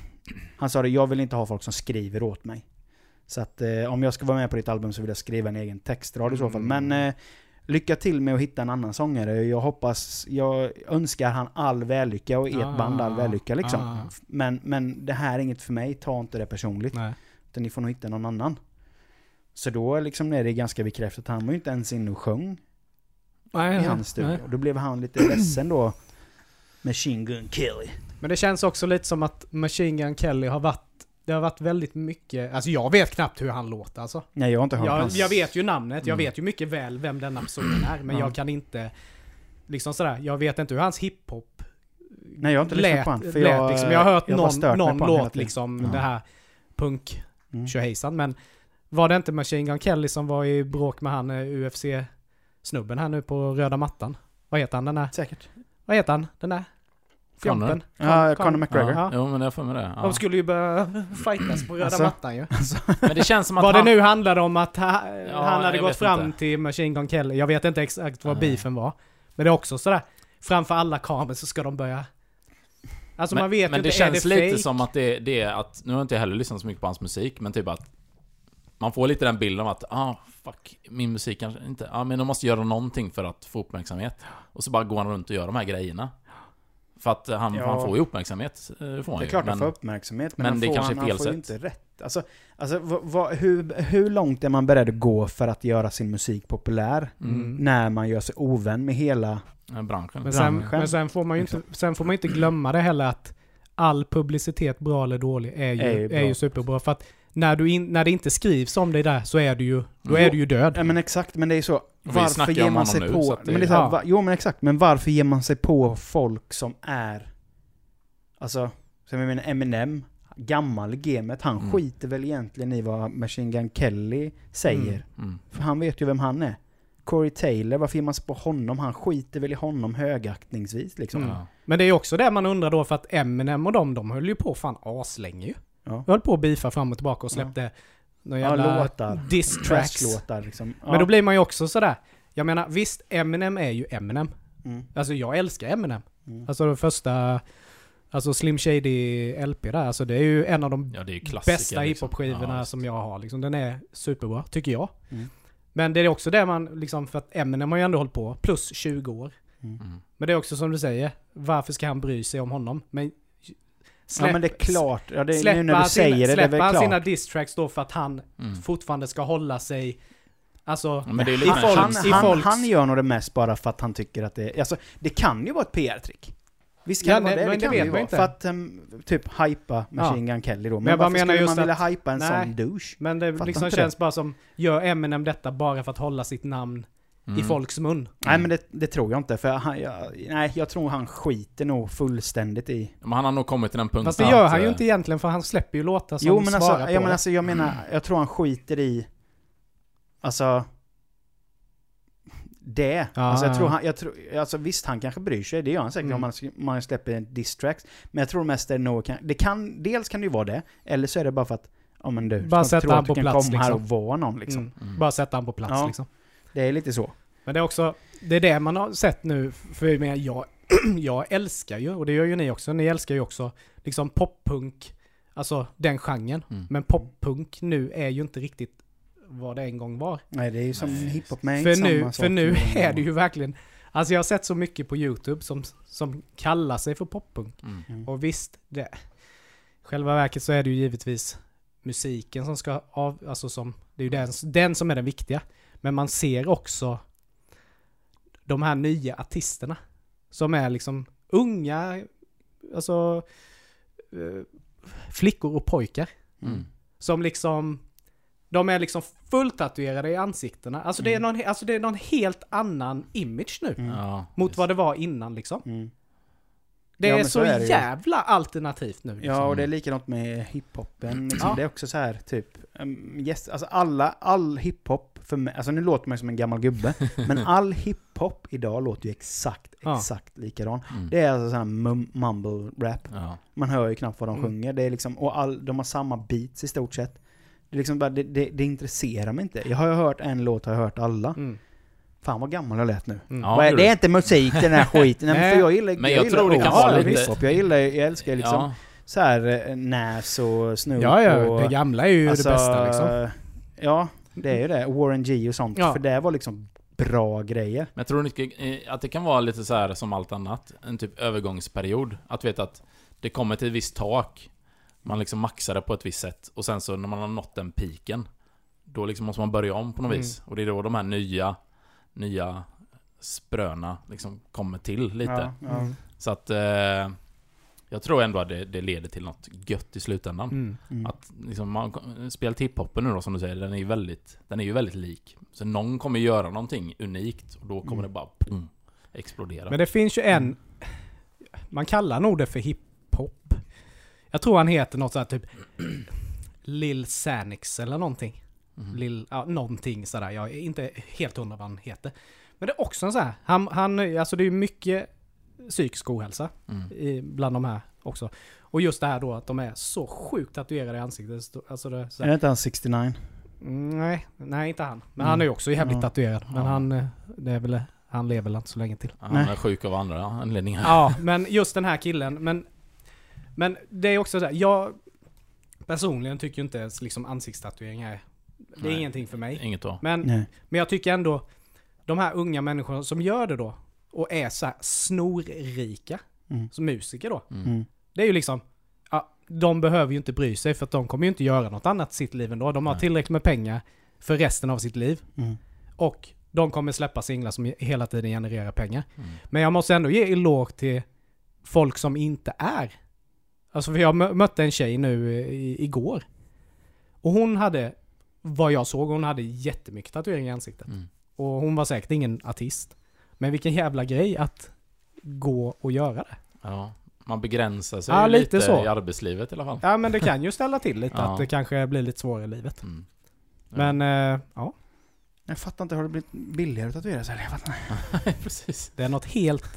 han sa det, jag vill inte ha folk som skriver åt mig. Så att eh, om jag ska vara med på ditt album så vill jag skriva en egen textrad i så fall. Men eh, lycka till med att hitta en annan sångare. Jag hoppas, jag önskar han all vällycka och ert Ah, band all vällycka liksom. ah. Men, men det här är inget för mig, ta inte det personligt. Nej. Utan ni får nog hitta någon annan. Så då liksom är det ganska bekräftat. Han var ju inte ens inne och sjöng Nej, i nej, hans studio. nej. Då blev han lite ledsen då. Machine Gun Kelly. Men det känns också lite som att Machine Gun Kelly har varit, det har varit väldigt mycket, alltså jag vet knappt hur han låter alltså. Nej, jag har inte hört Jag, hans... jag vet ju namnet, jag Mm. vet ju mycket väl vem denna personen är, men Ja. jag kan inte, liksom sådär, jag vet inte hur hans hiphop Nej, jag har inte lyssnat lät, på han. För lät jag, liksom. Jag har hört jag bara någon, stört mig någon på han hela låt tiden. liksom, Ja. det här punk Mm. tjohejsan, men var det inte Machine Gun Kelly som var i bråk med han eh, U F C-snubben här nu på röda mattan? Vad heter han den där? Säkert. Vad heter han? Den där? Conor. Fjompen? Ja, Con- Conor McGregor. Ja. Jo, men jag får med det. Ja. De skulle ju börja fightas på röda Alltså, mattan ju. Men det känns som att Vad han... det nu handlade om att ha, Ja, han hade jag gått vet fram inte. till Machine Gun Kelly. Jag vet inte exakt vad Nej. beefen var. Men det är också sådär, framför alla kameror så ska de börja... Alltså men, man vet men ju det inte, känns är det lite fake? som att det, det är att... Nu har jag inte heller lyssnat så mycket på hans musik, men typ att... Man får lite den bilden av att, ah, fuck, min musik kanske inte... Ja, ah, men de måste göra någonting för att få uppmärksamhet. Och så bara går han runt och gör de här grejerna. För att han, Ja. han får ju uppmärksamhet, eh, får han Det är ju. klart men, han får uppmärksamhet, men, men han, det får, kanske är han, fel han får ju sätt. inte rätt. Alltså, alltså vad, vad, hur, hur långt är man beredd att gå för att göra sin musik populär? Mm. När man gör sig ovän med hela... eh, branschen. Men sen, branschen. men sen får man ju inte, sen får man inte glömma det heller att all publicitet, bra eller dålig, är ju, Är är ju ju, bra. superbra. För att när, du in, när det inte skrivs om dig där så är du ju, då Jo. är du ju död. Ja men exakt, men det är så. Vi Varför snackar ger om man honom sig nu, på... så att det- men det är så här, Ja. va, jo men exakt, men varför ger man sig på folk som är... Alltså, som jag menar Eminem, gammal gamet, han Mm. skiter väl egentligen i vad Machine Gun Kelly säger. Mm. Mm. För han vet ju vem han är. Corey Taylor, varför ger man sig på honom? Han skiter väl i honom högaktningsvis liksom. Mm. Ja. Men det är ju också det man undrar då, för att Eminem och dem, de höll ju på fan aslänge ju. Ja. De höll på att beefa fram och tillbaka och släppte ja. några Ja, jävla låtar. diss tracks. Tracks-låtar liksom. Ja. Men då blir man ju också sådär, jag menar visst, Eminem är ju Eminem. Mm. Alltså jag älskar Eminem. Mm. Alltså den första, alltså Slim Shady L P där, alltså det är ju en av de Ja, det är ju klassiker, bästa liksom. hiphop-skivorna Ja, som jag har. Liksom. Den är superbra, tycker jag. Mm. Men det är också det man, liksom, för att Eminem har ju ändå hållit på, plus tjugo år. Mm. Mm. Men det är också som du säger, varför ska han bry sig om honom? Men släpp, Ja men det är klart. Ja, det, nu släpper när du han säger sina, det, det är släpper väl han klart. sina diss tracks då för att han Mm. fortfarande ska hålla sig, alltså, Ja, men det är i lite folk- han, i han, folks... han gör nog det mest bara för att han tycker att det... Alltså, det kan ju vara ett P R-trick. Visst kan Ja, det vara nej, det, men det det kan vet ju man vara. inte. För att um, typ hypa Machine Gun Kelly då. Men, Men jag bara varför menar skulle just man vilja att- hypa en nej. sån douche? Men det Fattar liksom inte känns det. bara som, gör Eminem detta bara för att hålla sitt namn Mm. i folks mun? Nej men det, det tror jag inte. För han, jag, nej, jag tror han skiter nog fullständigt i... Men han har nog kommit till den punkten Fast det gör att, han ju eh, inte egentligen, för han släpper ju låtar som Jo men svarar alltså, på jag, men det. alltså, jag menar, jag tror han skiter i... Alltså... Det. Ja, alltså jag ja. tror han, jag tror, alltså visst han kanske bryr sig, det gör han säkert Mm. om man, om man släpper en diss tracks. Men jag tror mest det är nog, kan, det kan, dels kan det ju vara det, eller så är det bara för att, ja men du, Bara ska sätta tro han att du på kan plats, komma här liksom. och vara någon liksom. Mm. Mm. Bara sätta han på plats Ja. liksom. Det är lite så. Men det är också, det är det man har sett nu, för jag, menar, jag, jag älskar ju, och det gör ju ni också, ni älskar ju också liksom poppunk, alltså den genren. Mm. Men poppunk nu är ju inte riktigt vad det en gång var. Nej, det är ju som Nej. hiphop med För samma nu, sak för nu som- är det ju verkligen, alltså jag har sett så mycket på YouTube som, som kallar sig för poppunk. Mm. Mm. Och visst, det, själva verket så är det ju givetvis musiken som ska av, alltså som, det är ju den, den som är den viktiga. Men man ser också de här nya artisterna som är liksom unga, alltså eh, flickor och pojkar. Mm. Som liksom, de är liksom fullt tatuerade i ansiktena. Alltså, det är Mm. någon, alltså det är någon helt annan image nu. Mm. Ja, Mot visst. vad det var innan liksom. Mm. Det Ja, är men så, så är det ju. jävla alternativt nu. Liksom. Ja, och det är likadant med hiphopen. Liksom. Ja. Det är också så här, typ, um, yes, alltså alla, all hiphop för mig, alltså nu låter man som en gammal gubbe, men all hiphop idag låter ju exakt, Ja. exakt likadan. Mm. Det är alltså sån här mum- mumble rap. Ja. Man hör ju knappt vad de Mm. sjunger. Det är liksom, och all, de har samma beats i stort sett. Det, är liksom bara, det, det, det intresserar mig inte. Jag har ju hört en låt, har jag hört alla. Mm. Fan vad gammal jag lät nu. Mm. Ja, Vad är, gjorde det är du. inte musik den här skiten. Nej, men för jag gillar, Men jag gillar, tror det kan ja, vara lite- hiphop. Jag gillar, jag älskar liksom Ja. så här eh, Nas och Snoop Ja, ja, och... det gamla är ju alltså, det bästa liksom. Ja, det är ju det. Warren G och sånt. Ja. För det var liksom bra grejer. Men jag tror inte eh, att det kan vara lite så här som allt annat. En typ övergångsperiod. Att veta att det kommer till ett visst tak. Man liksom maxar det på ett visst sätt. Och sen så när man har nått den piken, då liksom måste man börja om på något Mm. vis. Och det är då de här nya, nya spröna liksom kommer till lite. Ja, ja. Mm. Så att eh, jag tror ändå att det, det leder till något gött i slutändan. Mm. Mm. Att liksom man spelar hiphopen nu då, som du säger, den är ju väldigt, den är ju väldigt lik. Så någon kommer göra någonting unikt och då kommer Mm. det bara pum, explodera. Men det finns ju en... Man kallar nog det för hiphop. Jag tror han heter något så här typ... Lil Xanix eller någonting. Mhm. Lil, ja, någonting sådär. Jag är inte helt hundra vad han heter. Men det är också en så här... Han, han, alltså det är ju mycket psykisk ohälsa Mm. i, bland de här också. Och just det här då att de är så sjukt tatuerade i ansiktet. Alltså det, så Är här, det inte han sextionio? Mm, nej, nej, inte han. Men Mm. han är ju också jävligt Ja. tatuerad. Men Ja. han, eh, det är väl, han lever väl inte så länge till. Han Nej. är sjuk av andra anledningar. Ja, men just den här killen. Men, men det är också så här, jag personligen tycker ju inte ens liksom ansiktstatueringar är, det är Nej. ingenting för mig. Inget då. Men, Nej. men jag tycker ändå, de här unga människorna som gör det då, och är så här snorrika, Mm. som musiker då. Mm. Mm. Det är ju liksom, ja, de behöver ju inte bry sig för att de kommer ju inte göra något annat i sitt liv ändå. De har Nej. tillräckligt med pengar för resten av sitt liv. Mm. Och de kommer släppa singlar som hela tiden genererar pengar. Mm. Men jag måste ändå ge eloge till folk som inte är. Alltså för jag mö- mötte en tjej nu i, igår. Och hon hade, vad jag såg, hon hade jättemycket tatueringar i ansiktet. Mm. Och hon var säkert ingen artist. Men vilken jävla grej att gå och göra det. Ja. Man begränsar sig Ja, ju lite lite så. i arbetslivet i alla fall. Ja, men det kan ju ställa till lite Ja. att det kanske blir lite svårare i livet. Mm. Ja. Men eh, ja, Jag fattar inte, har det blivit billigare att tatuera sig? Jag fattar inte. Precis. det är något helt...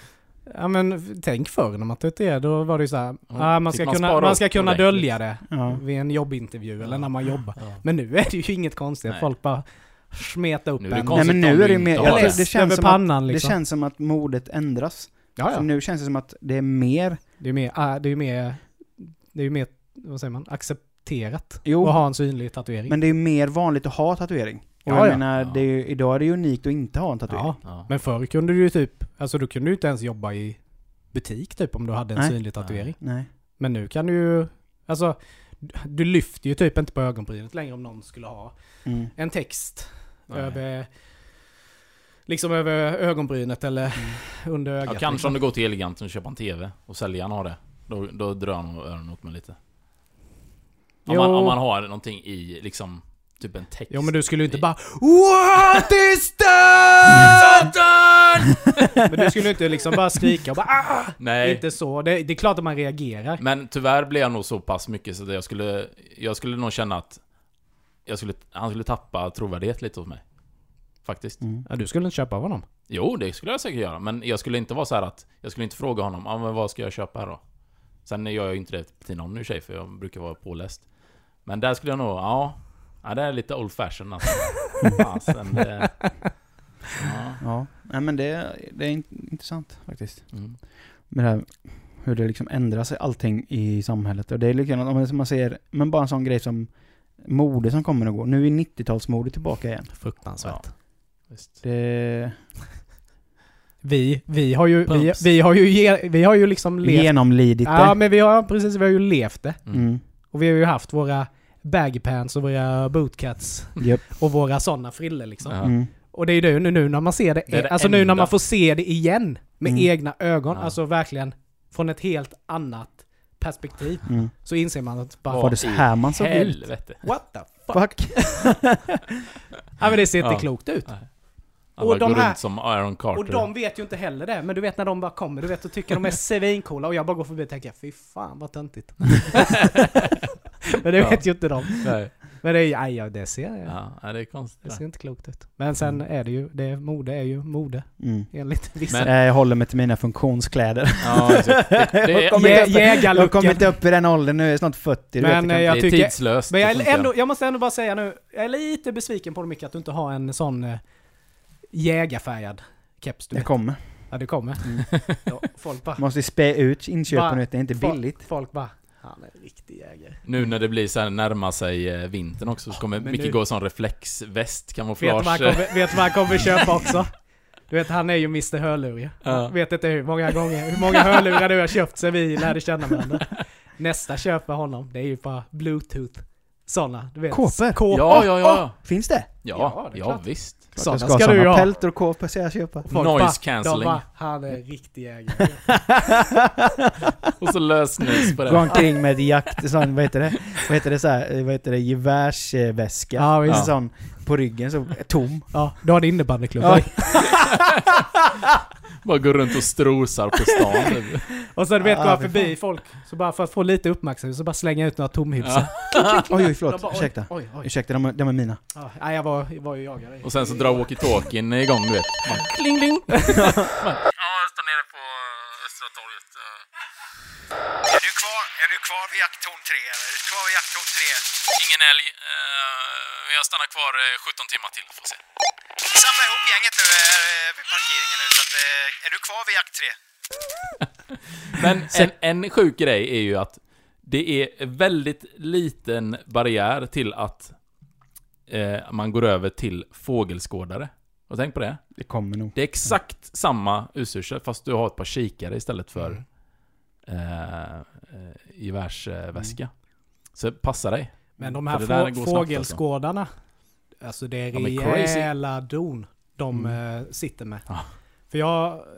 Ja men tänk förr när man tatuerade, då var det ju så här, Ja, ah, man fick ska man kunna, spara man ska upp kunna ordentligt. dölja det Ja. vid en jobbintervju eller Ja. när man jobbar. Ja. Men nu är det ju inget konstigt. Nej. Folk bara smeta upp Nu är det en. konstigt. Nej men om nu du är det inte mer... har Jag, det. det, det, känns över som pannan att, liksom. det känns som att modet ändras. ja, Så ja. nu känns det som att det är mer... Det är mer, ah, det är mer, det är mer, vad säger man, accepterat Jo. att ha en synlig tatuering. Men det är mer vanligt att ha tatuering. Och Ja, jag ja. menar, Ja. det är, ju- idag är det ju unikt att inte ha en tatuering. ja. Ja. Men förr kunde du ju typ, alltså då kunde du inte ens jobba i butik typ om du hade en Nej. synlig tatuering. Nej. Men nu kan du ju, alltså du lyfter ju typ inte på ögonbrynet längre om någon skulle ha Mm. en text Nej. över, liksom över ögonbrynet eller under ögat. Ja, kanske liksom. om du går till Eleganten och köper en tv och säljaren har det. Då, då drar han nog öronen åt mig lite. Om Jo. man, om man har någonting i liksom typ en text. Jo men du skulle ju inte bara What is that? Men du skulle ju inte liksom bara skrika och bara ah! Nej. Inte så. Det, det är klart att man reagerar. Men tyvärr blev jag nog så pass mycket så att jag skulle jag skulle nog känna att jag skulle, han skulle tappa trovärdighet lite hos mig. Faktiskt. Mm. Ja, du skulle inte köpa av honom. Jo, det skulle jag säkert göra. Men jag skulle inte vara så här att jag skulle inte fråga honom, ah, men vad ska jag köpa här då? Sen gör jag ju inte det till någon i sig för jag brukar vara påläst. Men där skulle jag nog, ja, ja det är lite old fashion alltså. Fasen, det, ja. Ja. Nej men det, det är in- intressant faktiskt. Mm. Med det här, hur det liksom ändrar sig allting i samhället. Och det är likadant om man- som man ser, men bara en sån grej som mode som kommer och går. Nu är nittiotalsmode tillbaka igen. Fruktansvärt. Ja. Visst. Det Vi, vi har ju vi, Pumps. vi har ju ge, vi har ju liksom levt. genomlidit det. Ja, men vi har precis vi har ju levt det. Mm. Mm. Och vi har ju haft våra bagpants och våra bootcats Japp. och våra sådana friller liksom. Ja. Mm. Och det är ju det nu, nu när man ser det, Det är det alltså nu när enda. man får se det igen med Mm. egna ögon, Ja. alltså verkligen från ett helt annat perspektiv, Mm. så inser man att bara Var det så här man såg ut? Helvete. what the fuck? Fuck. Ja, men det ser inte Ja. klokt ut. Alla Och de går här- runt som Aaron Carter. Och de vet ju inte heller det, men du vet när de bara kommer, du vet och tycker de är svincoola och jag bara går förbi och tänker fy fan vad töntigt. Men det Ja. vet ju inte de. Nej. Men det är ju, aj, ja, det ser jag. Ja, ja, det är konstigt. Det ser inte klokt ut. Men sen är det ju, det mode är ju mode Mm. enligt vissa. Men- Eh, Jag håller mig till mina funktionskläder. Ja, exakt. det, det, Jag är, kommer Jä- inte upp- Jag har jägarlooken. kommit upp i den åldern nu, jag är snart fyrtio. du Men, vet, eh, jag jag det är tycker- tidslöst. Men det jag, funkar. ändå, jag måste ändå bara säga nu, jag är lite besviken på det mycket att du inte har en sån... eh, jägarfärgad keps. Du Det vet. kommer. Ja, det kommer. Mm. Ja, folk bara... Måste spä ut inköpen, Va? vet, det är inte Folk- billigt. Folk bara, han är en riktig jägare. Nu när det blir så här närmar sig eh, vintern också, så kommer Men Micke nu- gå som reflexväst, Vet du vad kamouflage. han kommer, vet du vad han kommer köpa också? Du vet, han är ju mister Hörlurar. Ja. Vet inte hur många gånger, hur många hörlurar du har köpt sen vi lärde känna varandra. Nästa köp för honom, det är ju bara Bluetooth. Såna, du vet. Kåpor? Kåpor. Ja, ja, ja. Finns det? Ja, Ja, det är ja, klart. visst. Såna jag ska, ska ha du såna ha. peltor och kåpor ska jag köpa. Folk Noise bara, cancelling. De bara, han är riktig jägare. Och så lösnus på Gå det. omkring med jakt, sån, vad heter det? Vad heter det så här, vad heter det? Gevärsväska. Ja, visst. En sån på ryggen, så tom. Ja, du har din innebandyklubb. Ja. Bara gå runt och strosar på stan. typ. Och så du vet, Ja, gå fy förbi folk. Så bara för att få lite uppmärksamhet så bara slänga ut några tomhylsor. Ja. Oj, oj, De förlåt. bara, oj, Ursäkta. Oj, oj. Ursäkta, de, de är mina. Ja, nej, jag var, jag var ju jagare. Och sen så drar walkie-talkien igång, du vet. Man, kling, kling. Ja, jag står nere på Östra torget. Är du kvar, är du kvar vid jakttorn tre? Är du kvar vid jakttorn tre? Ingen älg. Uh, jag stannar kvar eh, sjutton timmar till, får se. Samla ihop gänget nu eh, vid parkeringen nu, så att, eh, är du kvar vid jakt tre? Men en, en sjuk grej är ju att det är väldigt liten barriär till att eh, man går över till fågelskådare. Och tänk på det. Det kommer nog. Det är exakt samma utstyrsel, fast du har ett par kikare istället för eh, eh, gevärsväska. Så passa dig. Men de För här det där få, går snabbt, fågelskådarna, alltså det är De är crazy. rejäla don de Mm. eh, sitter med. Ja. För jag, eh,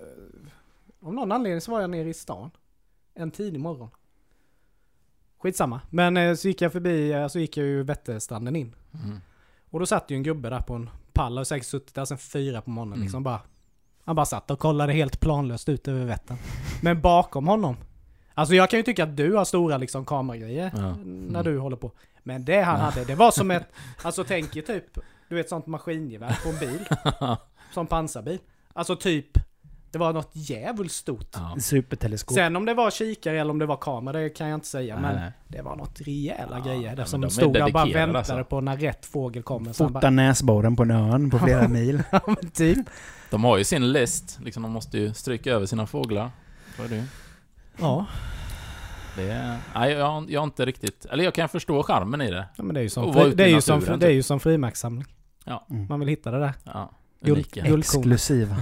om någon anledning så var jag nere i stan en tidig morgon. Skitsamma. Men eh, så gick jag förbi, eh, så gick jag ju Vätterstranden in. Mm. Och då satt ju en gubbe där på en pall och säkert suttit där sen fyra på morgonen. Mm. Liksom bara, han bara satt och kollade helt planlöst ut över Vättern. Men bakom honom, alltså jag kan ju tycka att du har stora liksom kameragrejer Ja. när du håller på. Men det han hade, det var som ett, alltså tänk er typ, du vet sånt maskingevär på en bil. Som pansarbil. Alltså typ, det var något jävligt stort. Ja. Superteleskop. Sen om det var kikare eller om det var kamera, det kan jag inte säga. Nej. Men det var något rejäla Ja, grejer. ja, Där men som de är stod där och bara dedikerade, väntade alltså. på när rätt fågel kommer. Så han Fota bara, näsborren på en örn på flera mil. ja, men typ. De har ju sin list. Liksom, de måste ju stryka över sina fåglar. Vad är det? Ja. Det är, nej, jag, jag har inte riktigt... Eller jag kan förstå charmen i det. Ja, men det är ju som, Och vara fri, ute det är i ju som, naturen, det är typ. ju som frimärkssamling. Ja. Mm. Man vill hitta det där. Ja. Guld- Unika. guld- Exklusiva.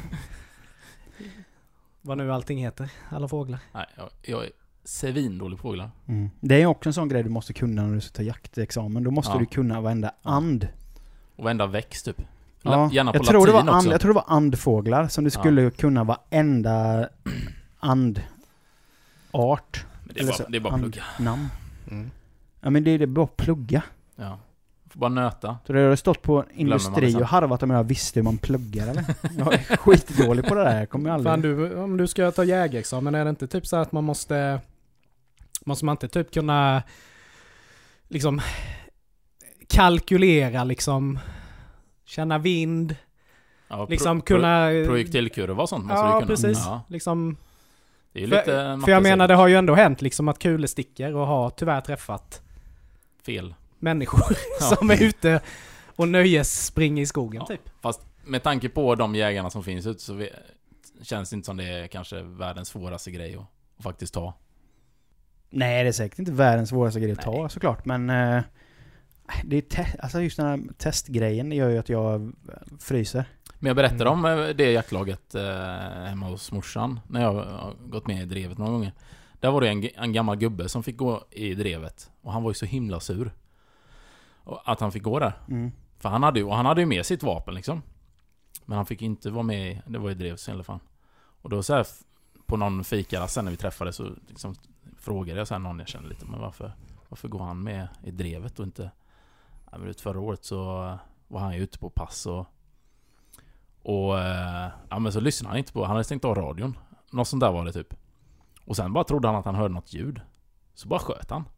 Vad nu allting heter. Alla fåglar. Nej, jag, jag är svindålig på fåglar. Mm. Det är också en sån grej du måste kunna när du ska ta jaktexamen. Då måste Ja. du kunna varenda and. Och varenda växt typ. Ja. Gärna på Jag, tror det var latin and, också. jag tror det var andfåglar som du skulle kunna varenda andart. Men det är Eller bara, så, det är bara and- plugga. Namn. Mm. Ja, men det är det bara att plugga. Ja. Får bara nöta. Så det har stått på man industri det sen. och harvat om jag visste hur man pluggar eller? Jag är skitdålig på det där. Jag kommer aldrig... Fan, du, om du ska ta jägarexamen, är det inte typ så att man måste... Måste man inte typ kunna... Liksom... Kalkylera liksom... Känna vind. Ja, Liksom pro, kunna... Pro, projektilkurva och sånt måste Ja, du kunna. precis. Ja, Liksom... det är ju lite För, för jag menar, matte- det har ju ändå hänt liksom att kulor sticker och har tyvärr träffat fel. människor Ja. som är ute och nöjes springer i skogen Ja. typ. Fast med tanke på de jägarna som finns ute så vi, känns det inte som det är kanske världens svåraste grej att, att faktiskt ta. Nej, det är säkert inte världens svåraste grej att ta Nej. såklart, men eh, det är te- alltså just den här testgrejen gör ju att jag fryser. Men jag berättade Mm. om eh, det jaktlaget eh, hemma hos morsan när jag har gått med i drevet några gånger. Där var det en, en gammal gubbe som fick gå i drevet och han var ju så himla sur och att han fick gå där. Mm. För han hade ju, och han hade ju med sitt vapen liksom. Men han fick inte vara med i, det var ju drevs i alla fall. Och då så här, f- på någon fika sen när vi träffades så liksom, frågade jag så här någon jag kände lite, men varför, varför går han med i drevet och inte... Ja, men ut förra året så var han ju ute på pass och... Och eh, ja, men så lyssnade han inte på, han hade stängt av radion. Något sånt där var det typ. Och sen bara trodde han att han hörde något ljud. Så bara sköt han.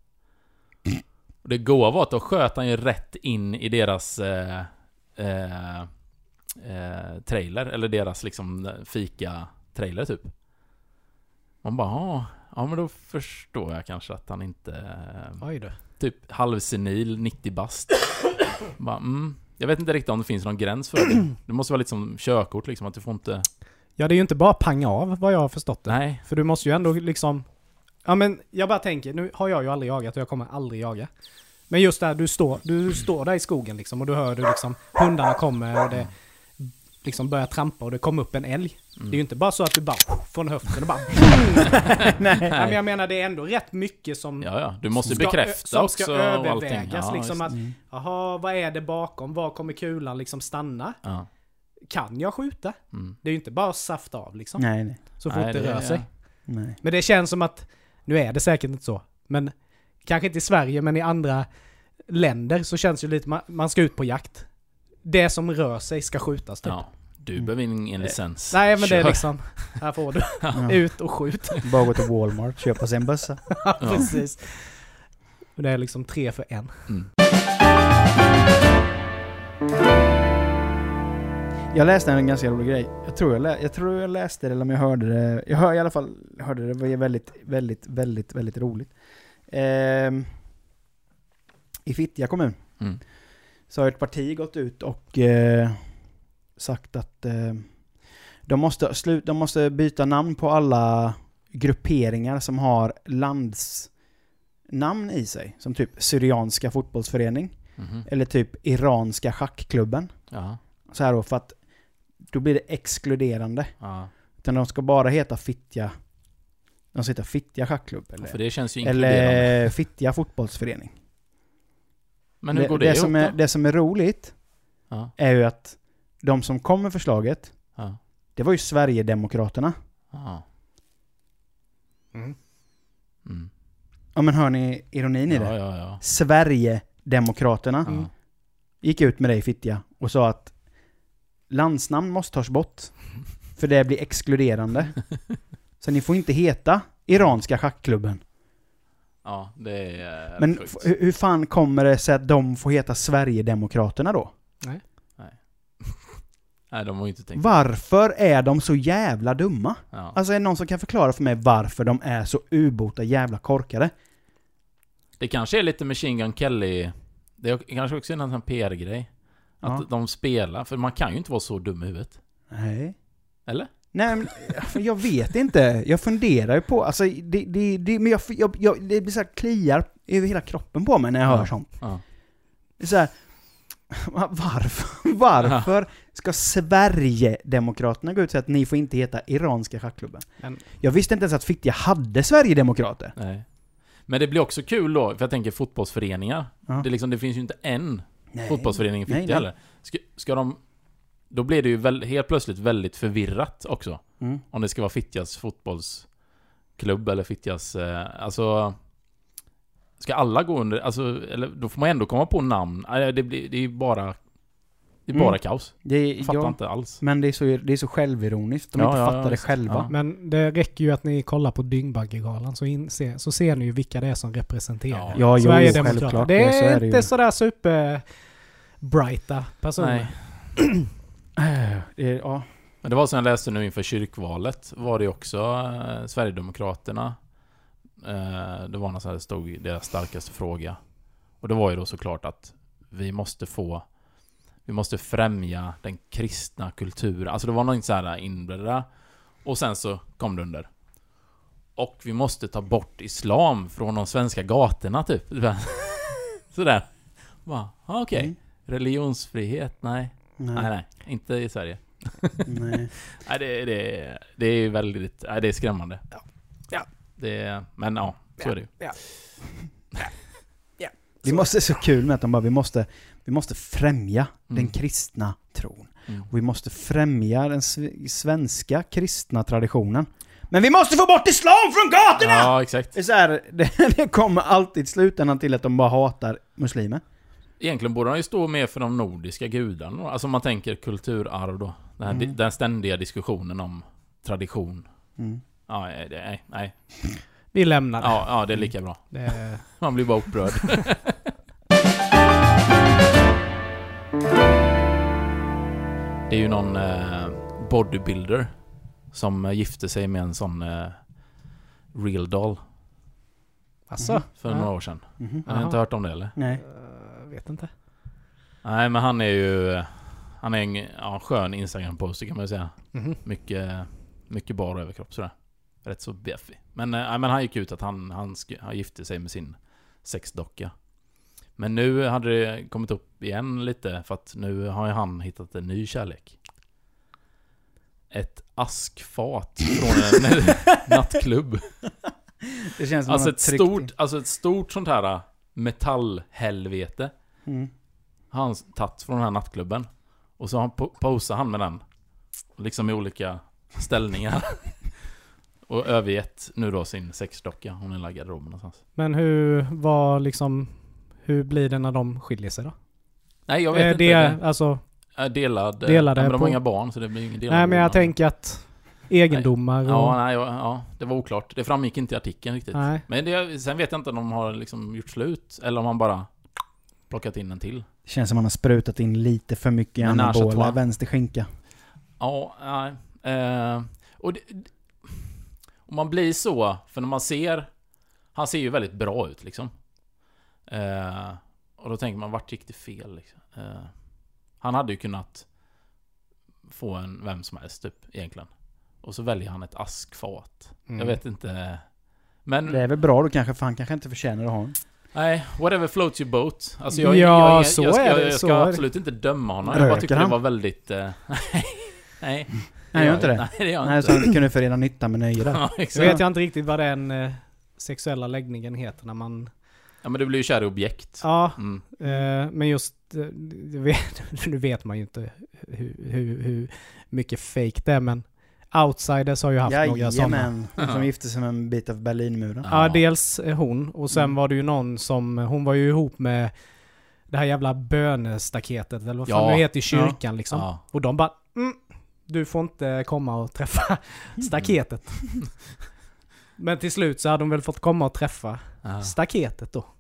Och det goa var att då sköt han ju rätt in i deras eh, eh, eh, trailer. Eller deras liksom fika-trailer typ. Man bara, ja, ja men då förstår jag kanske att han inte... Eh, Oj då. typ halvsenil, nittio bast. Bara, mm, Jag vet inte riktigt om det finns någon gräns för det. Det måste vara lite som körkort liksom, att du får inte... Ja, det är ju inte bara panga av vad jag har förstått det. Nej. För du måste ju ändå liksom... Ja, men jag bara tänker, nu har jag ju aldrig jagat och jag kommer aldrig jaga. Men just där, du står, du står där i skogen liksom och du hör du liksom hundarna kommer och det liksom börjar trampa och det kommer upp en älg. Mm. Det är ju inte bara så att du bara från höften och bara... Nej. Ja, men jag menar, det är ändå rätt mycket som... Ja, ja. Du måste ska, bekräfta som också ska och övervägas. Ja, liksom att, mm. jaha, vad är det bakom? Var kommer kulan liksom stanna? Ja. Kan jag skjuta? Mm. Det är ju inte bara att safta av liksom. Nej, nej. Så fort Nej, det, det rör är- sig. nej. Men det känns som att, nu är det säkert inte så, men kanske inte i Sverige, men i andra länder så känns det ju lite, man, man ska ut på jakt. Det som rör sig ska skjutas typ. Ja. Du behöver ingen licens. Nej, men det är Kör. liksom, här får du Ja. ut och skjut. Bara gå till Walmart, köpa sig en bössa. Ja, precis. Det är liksom tre för en. Mm. Jag läste en ganska rolig grej. Jag tror jag, lä- jag tror jag läste det, eller om jag hörde det. Jag hör, i alla fall hörde det. Det var väldigt, väldigt, väldigt, väldigt roligt. Ehm, I Fittja kommun Mm. så har ett parti gått ut och eh, sagt att eh, de, måste slut, de måste byta namn på alla grupperingar som har landsnamn i sig. Som typ Syrianska fotbollsförening. Mhm. Eller typ Iranska schackklubben. Ja. Så här då, för att då blir det exkluderande. Ja. Utan de ska bara heta Fittja. De ska heta Fittja schackklubb. Eller, För det känns ju inkluderande. eller Fittja fotbollsförening. Men hur det, går det, det, ihop som är, då? det som är roligt Ja. är ju att de som kom med förslaget, Ja. det var ju Sverigedemokraterna. Ja. Mm. Mm. Ja, men hör ni ironin i Ja, det? ja, ja. Sverigedemokraterna Ja. gick ut med det i Fittja och sa att landsnamn måste tas bort. För det blir exkluderande. Så ni får inte heta Iranska schackklubben. Ja, det är Men sjukt. f- hur hur fan kommer det sig att de får heta Sverigedemokraterna då? Nej, de har ju inte tänkt. Varför är de så jävla dumma? Ja. Alltså är det någon som kan förklara för mig varför de är så ubota jävla korkade? Det kanske är lite Machine Gun Kelly. Det är kanske också en sån P R-grej. Att Ja. de spelar. För man kan ju inte vara så dum i huvudet. Nej. Eller? Nej, men jag vet inte. Jag funderar ju på, alltså det, det, det, men jag, jag, jag, det blir så här kliar över hela kroppen på mig när jag Ja. hör sånt. Ja. Det är så här, varför, varför ska Sverigedemokraterna gå ut och säga att ni får inte heta Iranska schackklubben? Men, Jag visste inte ens att Fittja hade Sverigedemokrater. Nej. Men det blir också kul då. För jag tänker fotbollsföreningar. Ja. Det, är liksom, det finns ju inte en Nej. fotbollsförening i Nej, Fittja nej. heller. Ska, ska de... Då blir det ju väl, helt plötsligt väldigt förvirrat också. Mm. Om det ska vara Fittjas fotbollsklubb eller Fittjas... Eh, alltså... Ska alla gå under... Alltså, eller, då får man ändå komma på namn. Nej, Det, blir, det är ju bara... Det är Mm. bara kaos. Det, Jag fattar ja, inte alls. men det är, så, det är så självironiskt. De Ja, inte ja, fattar ja, det visst. själva. Ja. men det räcker ju att ni kollar på Dyngbaggegalan så, inse, så ser ni ju vilka det är som representerar. Ja. Ja, jo, Sverigedemokraterna. självklart. Det är, så är det ju. inte sådär super brighta personer. Nej. Äh, det är, ja. Men det var som jag läste nu inför kyrkvalet. Var det också eh, Sverigedemokraterna. Eh, det var något så här, det stod deras starkaste fråga. Och det var ju då såklart att vi måste få... Vi måste främja den kristna kulturen. Alltså det var något så här inbredda. Och sen så kom det under. Och vi måste ta bort islam från de svenska gatorna typ. Sådär. Va? Ah, okej. Mm. Religionsfrihet? Nej. Nej. Nej, nej. Inte i Sverige. Nej. Nej, det, det, det är väldigt... Nej, det är skrämmande. Ja. Ja. Det, men ja, så är det ju. Ja. Vi måste, så kul med att de bara, vi måste, vi måste främja Mm. den kristna tron. Mm. Och vi måste främja den sv- svenska kristna traditionen. Men vi måste få bort islam från gatorna! Ja, exakt. Det, är så här, det, det kommer alltid slutändan till att de bara hatar muslimer. Egentligen borde de ju stå mer för de nordiska gudarna. Alltså om man tänker kulturarv då. Den, här, Mm. den ständiga diskussionen om tradition. Mm. Ja, nej, det, nej, nej. Vi lämnar det. Ja, ja, det är lika bra. det. Man blir bara upprörd. Det är ju någon eh, bodybuilder som eh, gifte sig med en sån eh, real doll Alltså? Mhm. för Ja. några år sedan. Mhm. Har ni inte hört om det eller? Nej. Jag vet inte. Nej, men han är ju... Han är en ja, skön Instagram-poster kan man ju säga. Mhm. Mycket, mycket bar överkropp sådär. Rätt så beefig. Men, äh, men han gick ut att han, han, sk- han gifte sig med sin sexdocka. Men nu hade det kommit upp igen lite. För att nu har ju han hittat en ny kärlek. Ett askfat från en nattklubb. Det känns som Alltså man ett, har tryckt stort, in. alltså ett stort sånt här metallhelvete. Mm. Har han tagit från den här nattklubben. Och så har han po- posar han med den. Liksom i olika ställningar. Och övergett nu då sin sexdocka. Hon är i garderoben någonstans. Men hur var liksom... Hur blir det när de skiljer sig då? Nej, jag vet Eh, inte. det, Det alltså, är delad. delade ja, men de på- har inga barn så det blir ingen delad. nej, men jag vårdnad. tänker att egendomar och... Ja, nej, ja, ja, det var oklart. Det framgick inte i artikeln riktigt. Nej. Men det, sen vet jag inte om de har liksom gjort slut. Eller om man bara plockat in en till. Det känns som man har sprutat in lite för mycket Men anabola Arsa två. vänster skinka. Ja, nej. Eh, och det, och man blir så, för när man ser, han ser ju väldigt bra ut liksom. Eh, och då tänker man, vart gick det fel liksom? Eh, han hade ju kunnat få en vem som helst typ, egentligen. Och så väljer han ett askfat. Mm. Jag vet inte. Men Det är väl bra då kanske, för han kanske inte förtjänar att ha en. nej, whatever floats your boat. Alltså jag, Ja, jag, jag, så jag ska, är det, jag så ska är det. absolut inte döma honom. Jag Röker bara tyckte han? det var väldigt... Eh, nej. Nej, gör inte det? Nej, det gör han Nej, inte. så han kunde förena nytta med nöje där. Ja, Så exakt. vet jag inte riktigt vad den eh, sexuella läggningen heter när man... Ja, men du blir ju kär i objekt. Ja, Mm. eh, men just... Eh, det vet, nu vet man ju inte hur, hur, hur mycket fake det är, men Outsiders har ju haft några sådana. Jajamän, hon som gifte sig med en bit av Berlinmuren. Ja. Ja, dels eh, hon, och sen Mm. var det ju någon som... Hon var ju ihop med det här jävla bönestaketet, eller vad fan Ja. det heter i kyrkan liksom. Ja. Och de bara... Mm, du får inte komma och träffa staketet. Men till slut så hade de väl fått komma och träffa Ja. staketet då.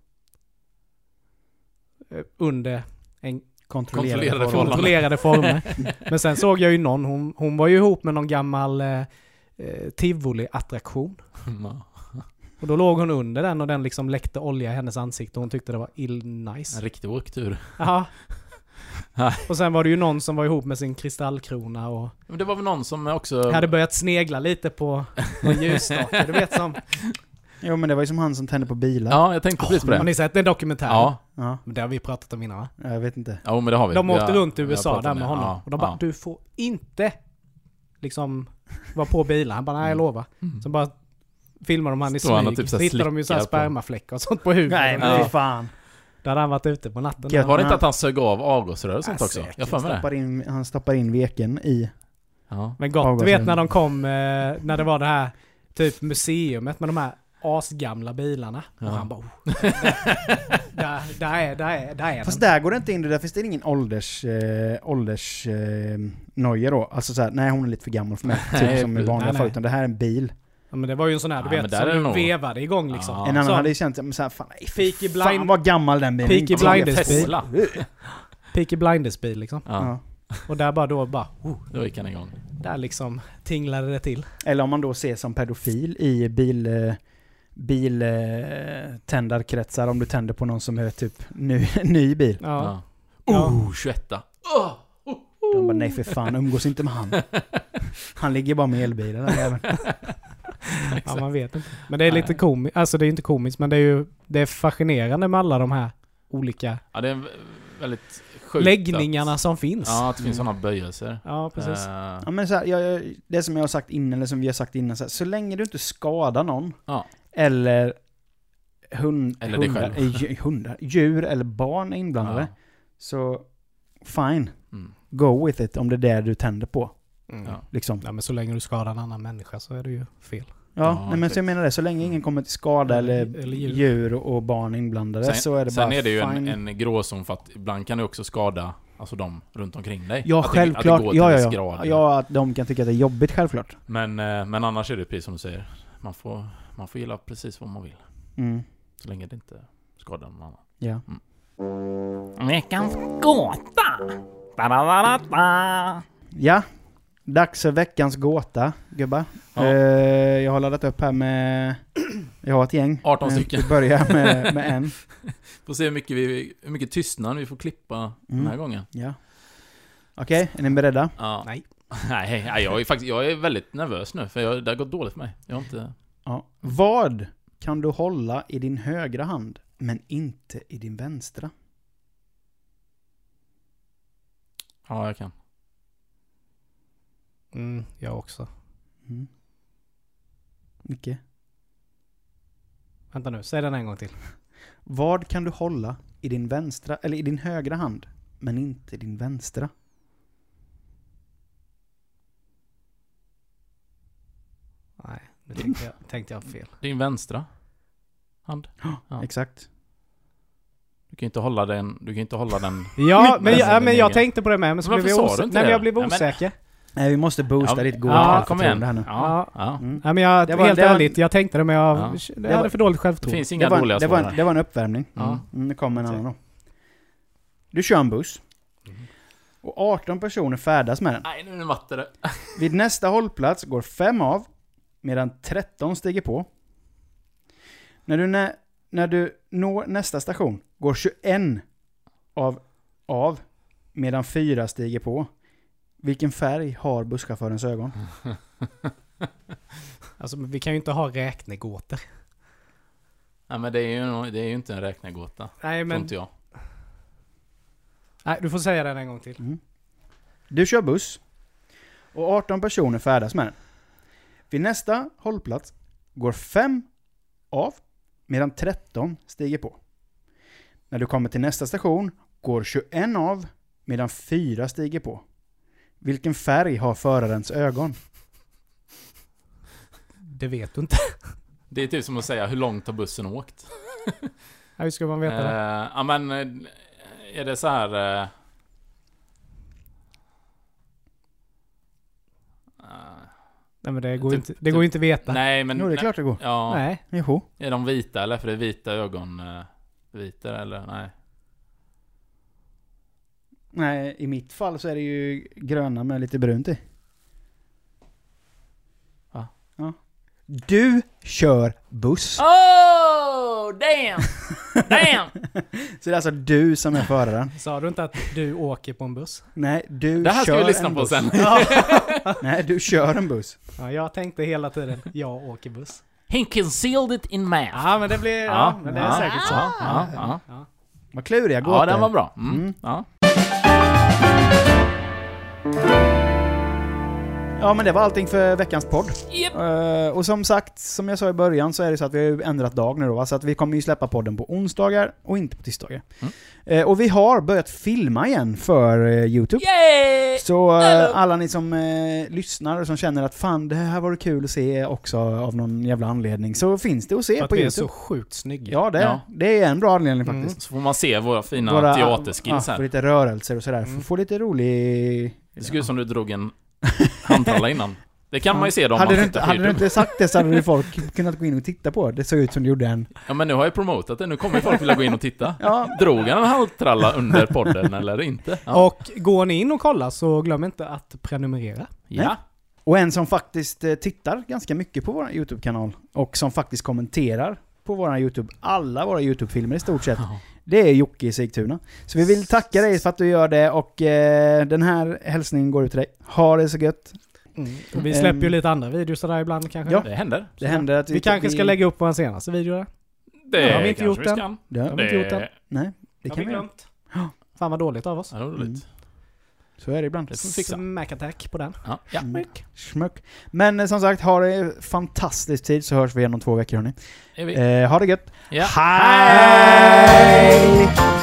Eh, Under en Kontrollerade, Kontrollerade former. kontrollerade former. Men sen såg jag ju någon, hon, hon var ju ihop med någon gammal eh, eh, tivoli-attraktion. Ja. Och då låg hon under den och den liksom läckte olja i hennes ansikte och hon tyckte det var ill En nice. riktig åktur. Ja. Nej. Och sen var det ju någon som var ihop med sin kristallkrona och Men det var väl någon som också... hade börjat snegla lite på, på ljusstake. Du vet som... Jo, men det var ju som han som tände på bilar. Ja, jag tänkte precis på Har det. ni sett den dokumentären? Ja. Ja, Men det har vi pratat om innan, va? jag vet inte. Ja, men det har vi. De Vi åkte har- runt i vi har U S A pratat där om med det. honom. Ja. Och de bara, Ja. du får inte liksom vara på bilar. Han bara, nej jag Mm. lovar. Mm. Så bara filmar de han i Står han och smyg. typ så Så här hittar de ju så här slickar på- spermafläckar och sånt på huvudet. Nej, men Ja. fy fan. Där hade han varit ute på natten. Gött. Där. Var det inte att han sög av avgasrör och sånt Ja, också? säkert. Jag får med det. stoppar in, han stoppar in veken i... Ja. Men gott, du Avgasrör. vet när de kom, eh, när det var det här typ museumet med de här asgamla bilarna. Ja. Och han bara, oh, där, där är, där är, där är Fast den. där går det inte in, där finns det ingen ålders... Eh, ålders eh, noja då. Alltså såhär, nej hon är lite för gammal för mig. Nej, Typ som i vanliga nej, fall. nej. Utan det här är en bil. Ja, men det var ju en sån här, du Ja, men vet, där som är det du nog. vevade igång liksom. Ja. En annan Så- hade ju känt såhär, fan nej, fy Peaky fan Blind- vad gammal den bilen. Peaky Inte så Blinders Tesla. Tesla. Peaky Blinders bil liksom. Ja. Ja. Och där bara då bara, oh, Då gick han igång. där liksom tinglade det till. Eller om man då ser som pedofil i bil... Eh, biltändarkretsar, om du tänder på någon som är typ ny, ny bil. Ja. Ja. Ja. Oh, tjugoett. Oh. De bara, nej för fan, umgås inte med han. Han ligger bara med elbilen. den jäveln. Ja, man vet inte. Men det är lite Nej. komiskt, alltså det är inte komiskt, men det är ju det är fascinerande med alla de här olika Ja, det är en vä- väldigt sjukt läggningarna att, som finns. Ja, att det finns Mm. sådana böjelser. Ja, precis. Eh, Ja, men så här, jag, jag, det som jag har sagt innan, eller som vi har sagt innan, så, här, så länge du inte skadar någon, Ja. eller hund, Eller dig hundar, själv. eh, dju- hundar, djur eller barn är inblandade, Ja. så fine, Mm. go with it om det är det du tänder på. Mm. Ja. Liksom. Ja, men så länge du skadar en annan människa så är det ju fel. Ja, Ja, nej, men så precis. jag menar det, så länge ingen kommer till skada eller, Eller djur. djur. och barn inblandade, Sen, så är det sen bara är det ju en, fine. en gråzon för att ibland kan du också skada alltså de runt omkring dig. Ja, att det, självklart. Att det går till ja, en ja, viss ja. grad. ja, att de kan tycka att det är jobbigt, självklart. Men, eh, men annars är det precis som du säger. Man får, man får gilla precis vad man vill. Mm. Så länge det inte skadar någon annan. Ja. Veckans gåta. Da-da-da-da-da. Ja, Dags för veckans gåta, gubbar. Ja. Eh, jag har laddat upp här med... Jag har ett gäng. arton Eh, stycken. Vi börjar med, med en. Får se hur mycket, vi, hur mycket tystnad vi får klippa Mm. den här gången. Ja. Okej, okay, är ni beredda? Ja. Nej. Nej, nej, jag är faktiskt jag är väldigt nervös nu för jag, det har gått dåligt för mig. Jag har inte... Ja. Vad kan du hålla i din högra hand men inte i din vänstra? Ja, jag kan. Mm, jag också. Mm. Micke? Vänta nu, säg den en gång till. Vad kan du hålla i din vänstra eller i din högra hand men inte i din vänstra? Nej, nu tänkte jag, tänkte jag fel. Din vänstra hand. Ja. Exakt. Du kan ju inte hålla den, du kan ju inte hålla den. Ja, men, Men- jag, men jag egen. tänkte på det med, men så Men blev jag, varför sa os- du inte nej, men det? jag blev Nej, men- osäker. Nej, vi måste boosta Ja, ditt goda ja, kom igen. självförtroende här nu. Ja, ja. Mm. Nej, men jag, Det var- helt det var- ärligt, jag tänkte det, men jag, Ja. jag Det hade var- för dåligt Det självförtroende. finns inga Det var, dåliga en, det, svar var en, här. det var en uppvärmning. Ja. Mm, det kommer en annan då. Du kör en buss. Och arton personer färdas med den. Nej, nu är det matte det. Vid nästa hållplats går fem av, medan tretton stiger på. När du, nä, när du når nästa station går tjugoett av, av, medan fyra stiger på. Vilken färg har busschaufförens ögon? Alltså, men vi kan ju inte ha räknegåtor. Nej, men det är ju, nog- det är ju inte en räknegåta. Nej, Men... men... inte jag. Nej, du får säga den en gång till. Mm. Du kör buss. Och arton personer färdas med den. Vid nästa hållplats går fem av, medan tretton stiger på. När du kommer till nästa station går tjugoett av, medan fyra stiger på. Vilken färg har förarens ögon? Det vet du inte. Det är typ som att säga hur långt har bussen åkt. Ja, hur ska man veta det? Eh, ja, men eh, är det så här... eh, Nej, men det går, typ- inte, det går ju inte att veta. Nej, men... Jo, det är klart det går. Ja, Nej. Jo. är de vita eller? För det är vita ögon... Eh, vita eller? Nej. Nej, i mitt fall så är det ju gröna med lite brunt i. Va? Ja. Du kör buss. Oh, damn! Damn! Så det är alltså du som är föraren. Sa du inte att du åker på en buss? Nej, du Det här ska kör vi lyssna en på buss. sen. Nej, du kör en buss. Ja, jag tänkte hela tiden, jag åker buss. He concealed it in math. Ja, men det blir... Ja, men det är ja, säkert så. Ja, ja, ja. Ja. Vad kluriga gåtor. Ja, den var bra. Mm. Mm. Ja. Ja, men det var allting för veckans podd. Yep. Uh, och som sagt, som jag sa i början så är det så att vi har ändrat dag nu då. Va? Så att vi kommer ju släppa podden på onsdagar och inte på tisdagar. Mm. Uh, och vi har börjat filma igen för uh, YouTube. Yay! Så uh, Hello. alla ni som uh, lyssnar och som känner att fan, det här var kul att se också av någon jävla anledning, så finns det att se För att på vi är YouTube. så sjukt snygga. Ja, det, Ja. det är en bra anledning Mm. faktiskt. Så får man se våra fina Våra- teaterskills ja, här. få lite rörelser och sådär. Mm. Få, få lite rolig... Det såg ut som du drog en handtralla innan. Det kan man ju se då om hade man du tittar inte, på hade du YouTube. inte sagt det så hade ju folk kunnat gå in och titta på det. Det såg ut som du gjorde en... Ja, men nu har jag promotat det. Nu kommer folk vilja gå in och titta. Ja, Drog han en handtralla under podden eller inte? Ja. Och går ni in och kollar så glöm inte att prenumerera. ja. och en som faktiskt eh, tittar ganska mycket på vår YouTube-kanal och som faktiskt kommenterar på vår YouTube, alla våra YouTube-filmer i stort sett, det är Jocke i Sigtuna. Så vi vill tacka dig för att du gör det och eh, den här hälsningen går ut till dig. Ha det så gött. Mm. Och vi släpper ju Um, lite andra videos där ibland kanske. Ja. Det händer. Det händer att Vi kanske ska lägga upp vår senaste video där. Det Ja, har vi inte kanske gjort vi den? ska. Det, Har vi inte gjort den? Det, nej, det Har kan vi vi göra. glömt? Fan vad dåligt av oss. ja, det var roligt. Mm. Så är det ibland. Det får vi fixa. Smack attack på den. Ja. Ja. Mm. Schmuck. Men eh, som sagt, ha det fantastisk tid så hörs vi igen om två veckor hörni. Är vi? Eh, ha det gött. Ja. Hej!